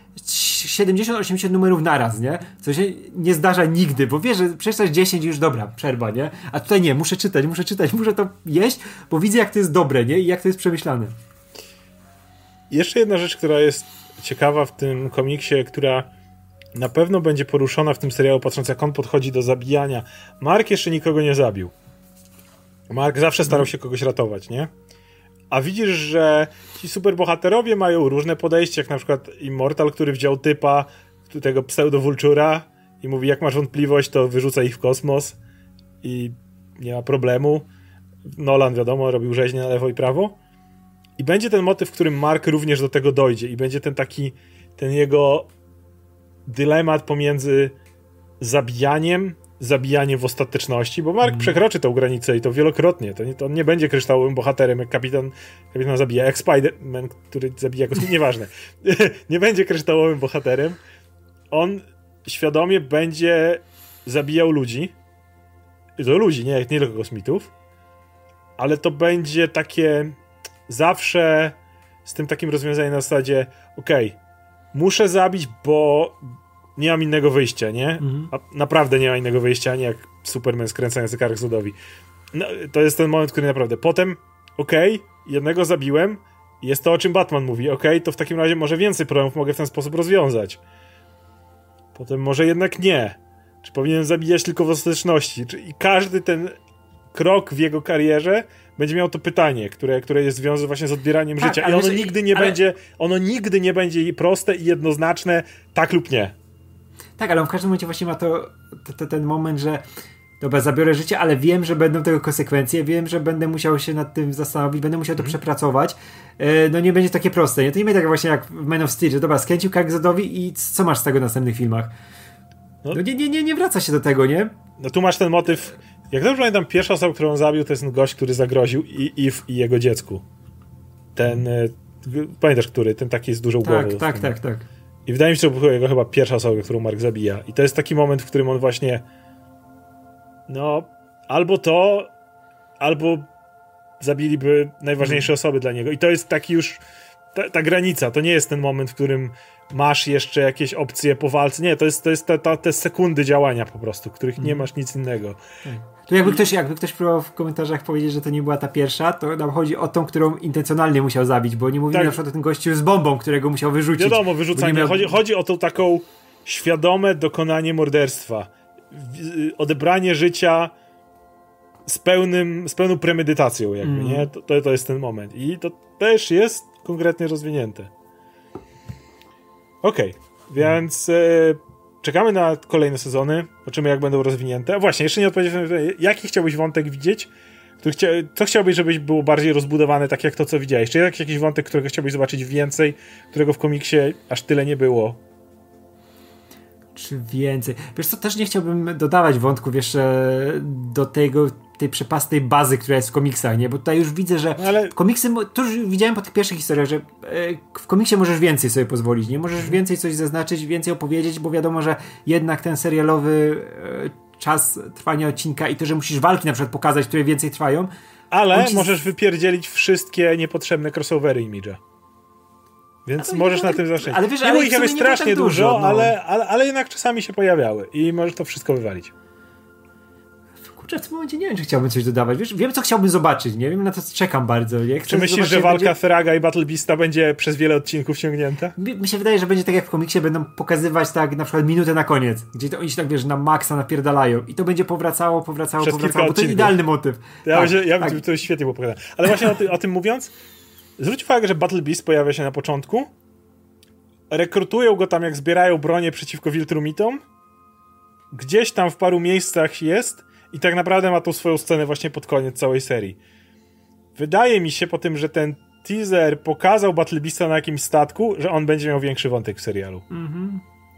70-80 numerów naraz, nie? Co się nie zdarza nigdy, bo wiesz, że przeczytasz 10 i już dobra, przerwa, nie? A tutaj nie, muszę czytać, muszę to jeść, bo widzę, jak to jest dobre, nie? I jak to jest przemyślane. Jeszcze jedna rzecz, która jest ciekawa w tym komiksie, która na pewno będzie poruszona w tym serialu, patrząc jak on podchodzi do zabijania. Mark jeszcze nikogo nie zabił. Mark zawsze starał się kogoś ratować, nie? A widzisz, że ci superbohaterowie mają różne podejście, jak na przykład Immortal, który wziął typa, tego pseudo-Vulture'a i mówi, jak masz wątpliwość, to wyrzucaj ich w kosmos i nie ma problemu. Nolan, wiadomo, robił rzeźnie na lewo i prawo. I będzie ten motyw, w którym Mark również do tego dojdzie i będzie ten jego dylemat pomiędzy zabijaniem w ostateczności, bo Mark przekroczy tę granicę i to wielokrotnie. To on nie będzie kryształowym bohaterem, jak kapitan zabija, jak Spider-Man, który zabija kosmitów, nieważne. Nie będzie kryształowym bohaterem. On świadomie będzie zabijał ludzi. I to ludzi, nie tylko kosmitów. Ale to będzie takie zawsze z tym takim rozwiązaniem na zasadzie muszę zabić, bo nie mam innego wyjścia, nie? A naprawdę nie ma innego wyjścia, nie jak Superman skręcający kark Zodowi. No, to jest ten moment, który naprawdę... Potem, jednego zabiłem, jest to, o czym Batman mówi, to w takim razie może więcej problemów mogę w ten sposób rozwiązać. Potem może jednak nie. Czy powinienem zabijać tylko w ostateczności? I każdy ten krok w jego karierze będzie miał to pytanie, które jest związane właśnie z odbieraniem życia. I ono nigdy nie będzie proste i jednoznaczne, tak lub nie. Tak, ale on w każdym momencie właśnie ma ten moment, że dobra, zabiorę życie, ale wiem, że będą tego konsekwencje, wiem, że będę musiał się nad tym zastanowić, będę musiał to przepracować. No nie będzie takie proste, nie? To nie będzie tak właśnie jak w Man of Steel, że dobra, skręcił kark Zodowi i co masz z tego w następnych filmach? No nie wraca się do tego, nie? No tu masz ten motyw. Jak dobrze pamiętam, pierwsza osoba, którą zabił, to jest ten gość, który zagroził i Eve i jego dziecku. Ten, pamiętasz, który? Ten taki z dużą głową. Tak. I wydaje mi się, że to była jego chyba pierwsza osoba, którą Mark zabija. I to jest taki moment, w którym on właśnie albo to, albo zabiliby najważniejsze osoby dla niego. I to jest taki już ta granica. To nie jest ten moment, w którym masz jeszcze jakieś opcje po walce. Nie, to jest te sekundy działania po prostu, w których nie masz nic innego. Tu jakby ktoś próbował w komentarzach powiedzieć, że to nie była ta pierwsza, to nam chodzi o tą, którą intencjonalnie musiał zabić, bo nie mówimy na przykład o tym gościu z bombą, którego musiał wyrzucić. Wiadomo, wyrzucanie. Chodzi o tą taką świadome dokonanie morderstwa. Odebranie życia z pełną premedytacją jakby, nie? To jest ten moment. I to też jest konkretnie rozwinięte. Więc czekamy na kolejne sezony, zobaczymy jak będą rozwinięte. A właśnie, jeszcze nie odpowiedziałem, jaki chciałbyś wątek widzieć? Co chciałbyś, żeby było bardziej rozbudowane, tak jak to, co widziałeś? Czy jest jakiś wątek, którego chciałbyś zobaczyć więcej, którego w komiksie aż tyle nie było? Czy więcej? Wiesz co, też nie chciałbym dodawać wątków jeszcze do tej przepastej bazy, która jest w komiksach, nie? Bo tutaj już widzę, że komiksy, to już widziałem po tych pierwszych historiach, że w komiksie możesz więcej sobie pozwolić, nie? Możesz więcej coś zaznaczyć, więcej opowiedzieć, bo wiadomo, że jednak ten serialowy czas trwania odcinka i to, że musisz walki na przykład pokazać, które więcej trwają. Ale możesz wypierdzielić wszystkie niepotrzebne crossovery imidża. Więc możesz na tym zacząć. Ale wiesz, nie było ich jakoś strasznie tak dużo, ale jednak czasami się pojawiały i możesz to wszystko wywalić. Kurczę, w tym momencie nie wiem, czy chciałbym coś dodawać. Wiesz, wiem, co chciałbym zobaczyć, nie wiem, na to czekam bardzo. Nie? Czy myślisz, że walka Feraga i Battle Beasta będzie przez wiele odcinków ciągnięta? Mi się wydaje, że będzie tak jak w komiksie, będą pokazywać tak na przykład minutę na koniec, gdzie to oni się tak, wiesz, na maksa napierdalają i to będzie powracało, bo to jest idealny motyw. Ja bym to świetnie było pokazane. Ale właśnie o tym mówiąc, zwróć uwagę, że Battle Beast pojawia się na początku, rekrutują go tam, jak zbierają bronię przeciwko Viltrumitom, gdzieś tam w paru miejscach jest i tak naprawdę ma tą swoją scenę właśnie pod koniec całej serii. Wydaje mi się po tym, że ten teaser pokazał Battle Beasta na jakimś statku, że on będzie miał większy wątek w serialu.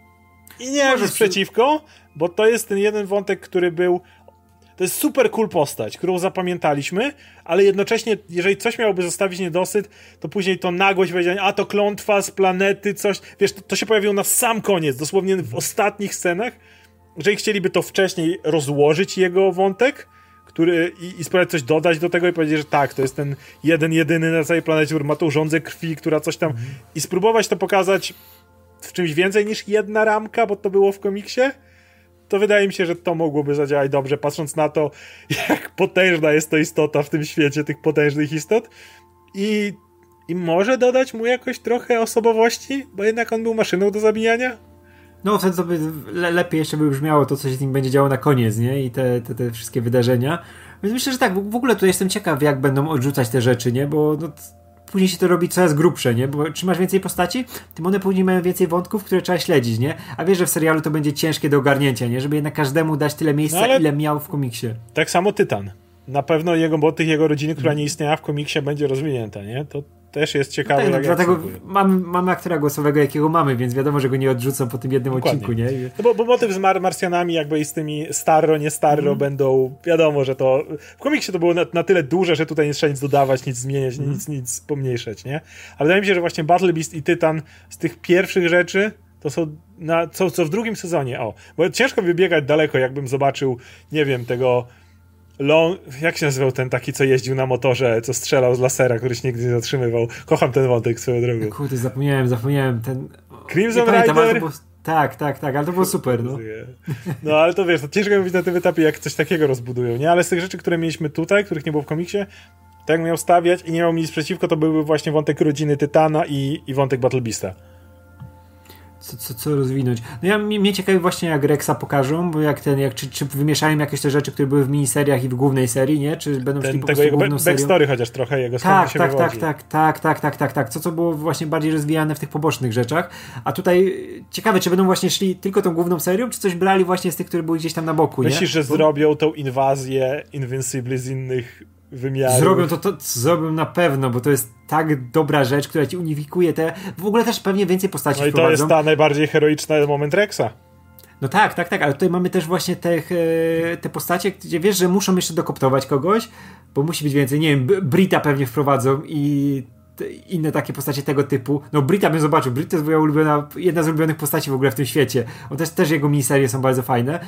I nie mam nic przeciwko, bo to jest ten jeden wątek, który był... To jest super cool postać, którą zapamiętaliśmy, ale jednocześnie, jeżeli coś miałoby zostawić niedosyt, to później to nagłość powiedzieć, a to klątwa z planety, coś... Wiesz, to się pojawiło na sam koniec, dosłownie w ostatnich scenach. Jeżeli chcieliby to wcześniej rozłożyć jego wątek, i spróbować coś dodać do tego i powiedzieć, że tak, to jest ten jedyny na całej planecie, który ma tą żądzę krwi, która coś tam... I spróbować to pokazać w czymś więcej niż jedna ramka, bo to było w komiksie, to wydaje mi się, że to mogłoby zadziałać dobrze, patrząc na to, jak potężna jest to istota w tym świecie, tych potężnych istot. I może dodać mu jakoś trochę osobowości, bo jednak on był maszyną do zabijania. No wtedy to by lepiej jeszcze by brzmiało to, co się z nim będzie działo na koniec, nie? I te wszystkie wydarzenia. Więc myślę, że tak, w ogóle tu jestem ciekaw, jak będą odrzucać te rzeczy, nie? Bo później się to robi coraz grubsze, nie? Bo czym masz więcej postaci, tym one później mają więcej wątków, które trzeba śledzić, nie? A wiesz, że w serialu to będzie ciężkie do ogarnięcia, nie? Żeby jednak każdemu dać tyle miejsca, ile miał w komiksie. Tak samo Tytan. Na pewno jego rodziny, która nie istniała w komiksie, będzie rozwinięta, nie? To też jest ciekawe. No tak, dlatego mamy aktora głosowego, jakiego mamy, więc wiadomo, że go nie odrzucą po tym jednym odcinku, nie? No bo motyw z Marsjanami jakby i z tymi Starro, nie Starro będą, wiadomo, że to w komiksie to było na tyle duże, że tutaj nie trzeba nic dodawać, nic zmieniać, nic pomniejszać, nie? Ale wydaje mi się, że właśnie Battle Beast i Tytan z tych pierwszych rzeczy to są co w drugim sezonie, bo ciężko wybiegać daleko, jakbym zobaczył, nie wiem, tego jak się nazywał ten taki, co jeździł na motorze, co strzelał z lasera, który się nigdy nie zatrzymywał. Kocham ten wątek swoją drogą. Kurde, zapomniałem ten... Crimson Rider? Tak, ale to było super, no. No, ale to wiesz, to ciężko mówić na tym etapie, jak coś takiego rozbudują, nie? Ale z tych rzeczy, które mieliśmy tutaj, których nie było w komiksie, tak jak miał stawiać i nie miał mi nic przeciwko, to byłby właśnie wątek rodziny Tytana i wątek Battle Beasta. Co rozwinąć. No mnie ciekawi właśnie, jak Rexa pokażą, bo czy wymieszają jakieś te rzeczy, które były w miniseriach i w głównej serii, nie? Czy będą szli po prostu jego główną serią? backstory chociaż trochę, jego tak. Co było właśnie bardziej rozwijane w tych pobocznych rzeczach. A tutaj ciekawe, czy będą właśnie szli tylko tą główną serią, czy coś brali właśnie z tych, które były gdzieś tam na boku, nie? Myślisz, że zrobią tą inwazję Invincible z innych wymiarów? Zrobią na pewno, bo to jest tak dobra rzecz, która ci unifikuje w ogóle też pewnie więcej postaci wprowadzą. No i to jest ta najbardziej heroiczna moment Rexa. No tak, ale tutaj mamy też właśnie te postacie, gdzie wiesz, że muszą jeszcze dokoptować kogoś, bo musi być więcej, nie wiem, Brita pewnie wprowadzą i inne takie postacie tego typu. No Brita bym zobaczył, Brit to jest moja jedna z ulubionych postaci w ogóle w tym świecie. On też jego miniserie są bardzo fajne.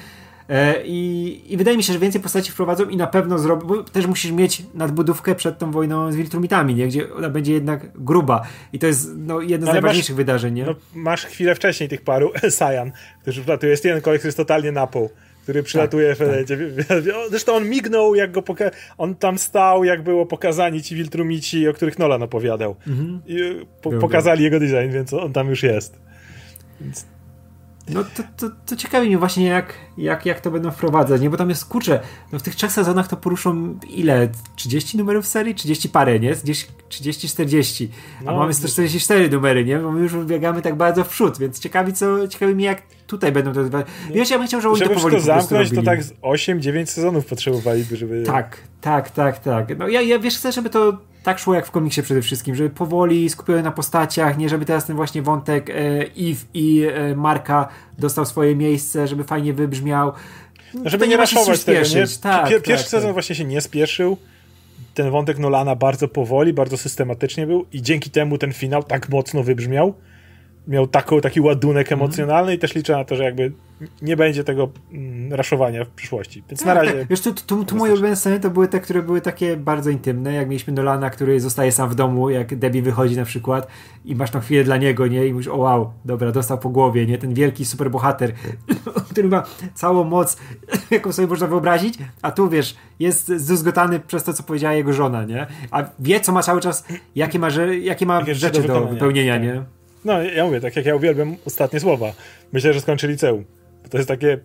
I wydaje mi się, że więcej postaci wprowadzą i na pewno zrobią, bo też musisz mieć nadbudówkę przed tą wojną z Wiltrumitami, nie? Gdzie ona będzie jednak gruba i to jest jedno z najważniejszych wydarzeń, nie? No, masz chwilę wcześniej tych paru Saiyan, którzy wlatują. Jest jeden koleś, który jest totalnie na pół, który przylatuje Zresztą on mignął, jak go on tam stał, jak było pokazani ci Wiltrumici, o których Nolan opowiadał. I pokazali jego design, więc on tam już jest. Więc... No to ciekawi mnie właśnie, jak to będą wprowadzać, nie? Bo tam jest, kurczę, no w tych 3 sezonach to poruszą ile? 30 numerów serii? 30 parę, nie? Gdzieś 30-40. A mamy 144 numery, nie? Bo my już biegamy tak bardzo w przód, więc ciekawi mnie, jak tutaj będą to... Wiesz, ja bym chciał, żeby oni to powoli po prostu zamknąć, to tak 8-9 sezonów potrzebowaliby, żeby... Tak. No ja wiesz, chcę, żeby to tak szło jak w komiksie przede wszystkim, żeby powoli skupiały na postaciach, nie żeby teraz ten właśnie wątek Eve i Marka dostał swoje miejsce, żeby fajnie wybrzmiał. Żeby nie raszować tego, nie? Pierwszy sezon właśnie się nie spieszył. Ten wątek Nolana bardzo powoli, bardzo systematycznie był i dzięki temu ten finał tak mocno wybrzmiał. Miał taki ładunek emocjonalny i też liczę na to, że jakby nie będzie tego raszowania w przyszłości. Więc na razie... Wiesz, tu moje ulubione sceny to były te, które były takie bardzo intymne, jak mieliśmy Nolana, który zostaje sam w domu, jak Debbie wychodzi na przykład i masz tą chwilę dla niego, nie? I mówisz, o wow, dobra, dostał po głowie, nie? Ten wielki superbohater, który ma całą moc, jaką sobie można wyobrazić, a tu, wiesz, jest zdruzgotany przez to, co powiedziała jego żona, nie? A wie, co ma cały czas, jakie ma rzeczy do wypełnienia, nie? No, ja mówię, tak jak ja uwielbiam ostatnie słowa. Myślę, że skończy liceum. To jest takie...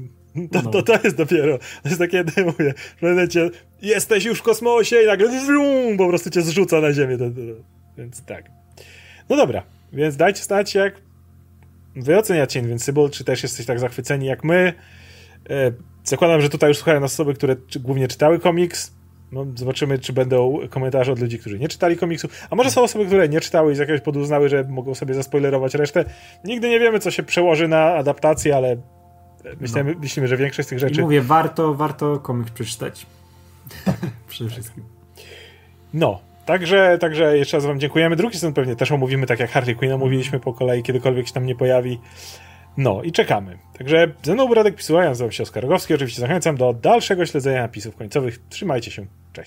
To jest dopiero... To jest takie, ja mówię, że jesteś już w kosmosie i nagle po prostu cię zrzuca na ziemię. Więc tak. No dobra, więc dajcie znać, jak wy oceniacie Invincible, czy też jesteście tak zachwyceni jak my. Zakładam, że tutaj już słuchają nas osoby, które głównie czytały komiks. No, zobaczymy, czy będą komentarze od ludzi, którzy nie czytali komiksów, a może są osoby, które nie czytały i z jakiegoś powodu uznały, że mogą sobie zaspoilerować resztę. Nigdy nie wiemy, co się przełoży na adaptację, ale myślimy, że większość z tych rzeczy... I mówię, warto komiks przeczytać. Przede wszystkim. No, także jeszcze raz wam dziękujemy. Drugi sezon pewnie też omówimy, tak jak Harley Quinn omówiliśmy po kolei, kiedykolwiek się tam nie pojawi. No i czekamy. Także ze mną był Radek Pisuła, ja nazywam się Oskar Rogowski. Oczywiście zachęcam do dalszego śledzenia napisów końcowych. Trzymajcie się.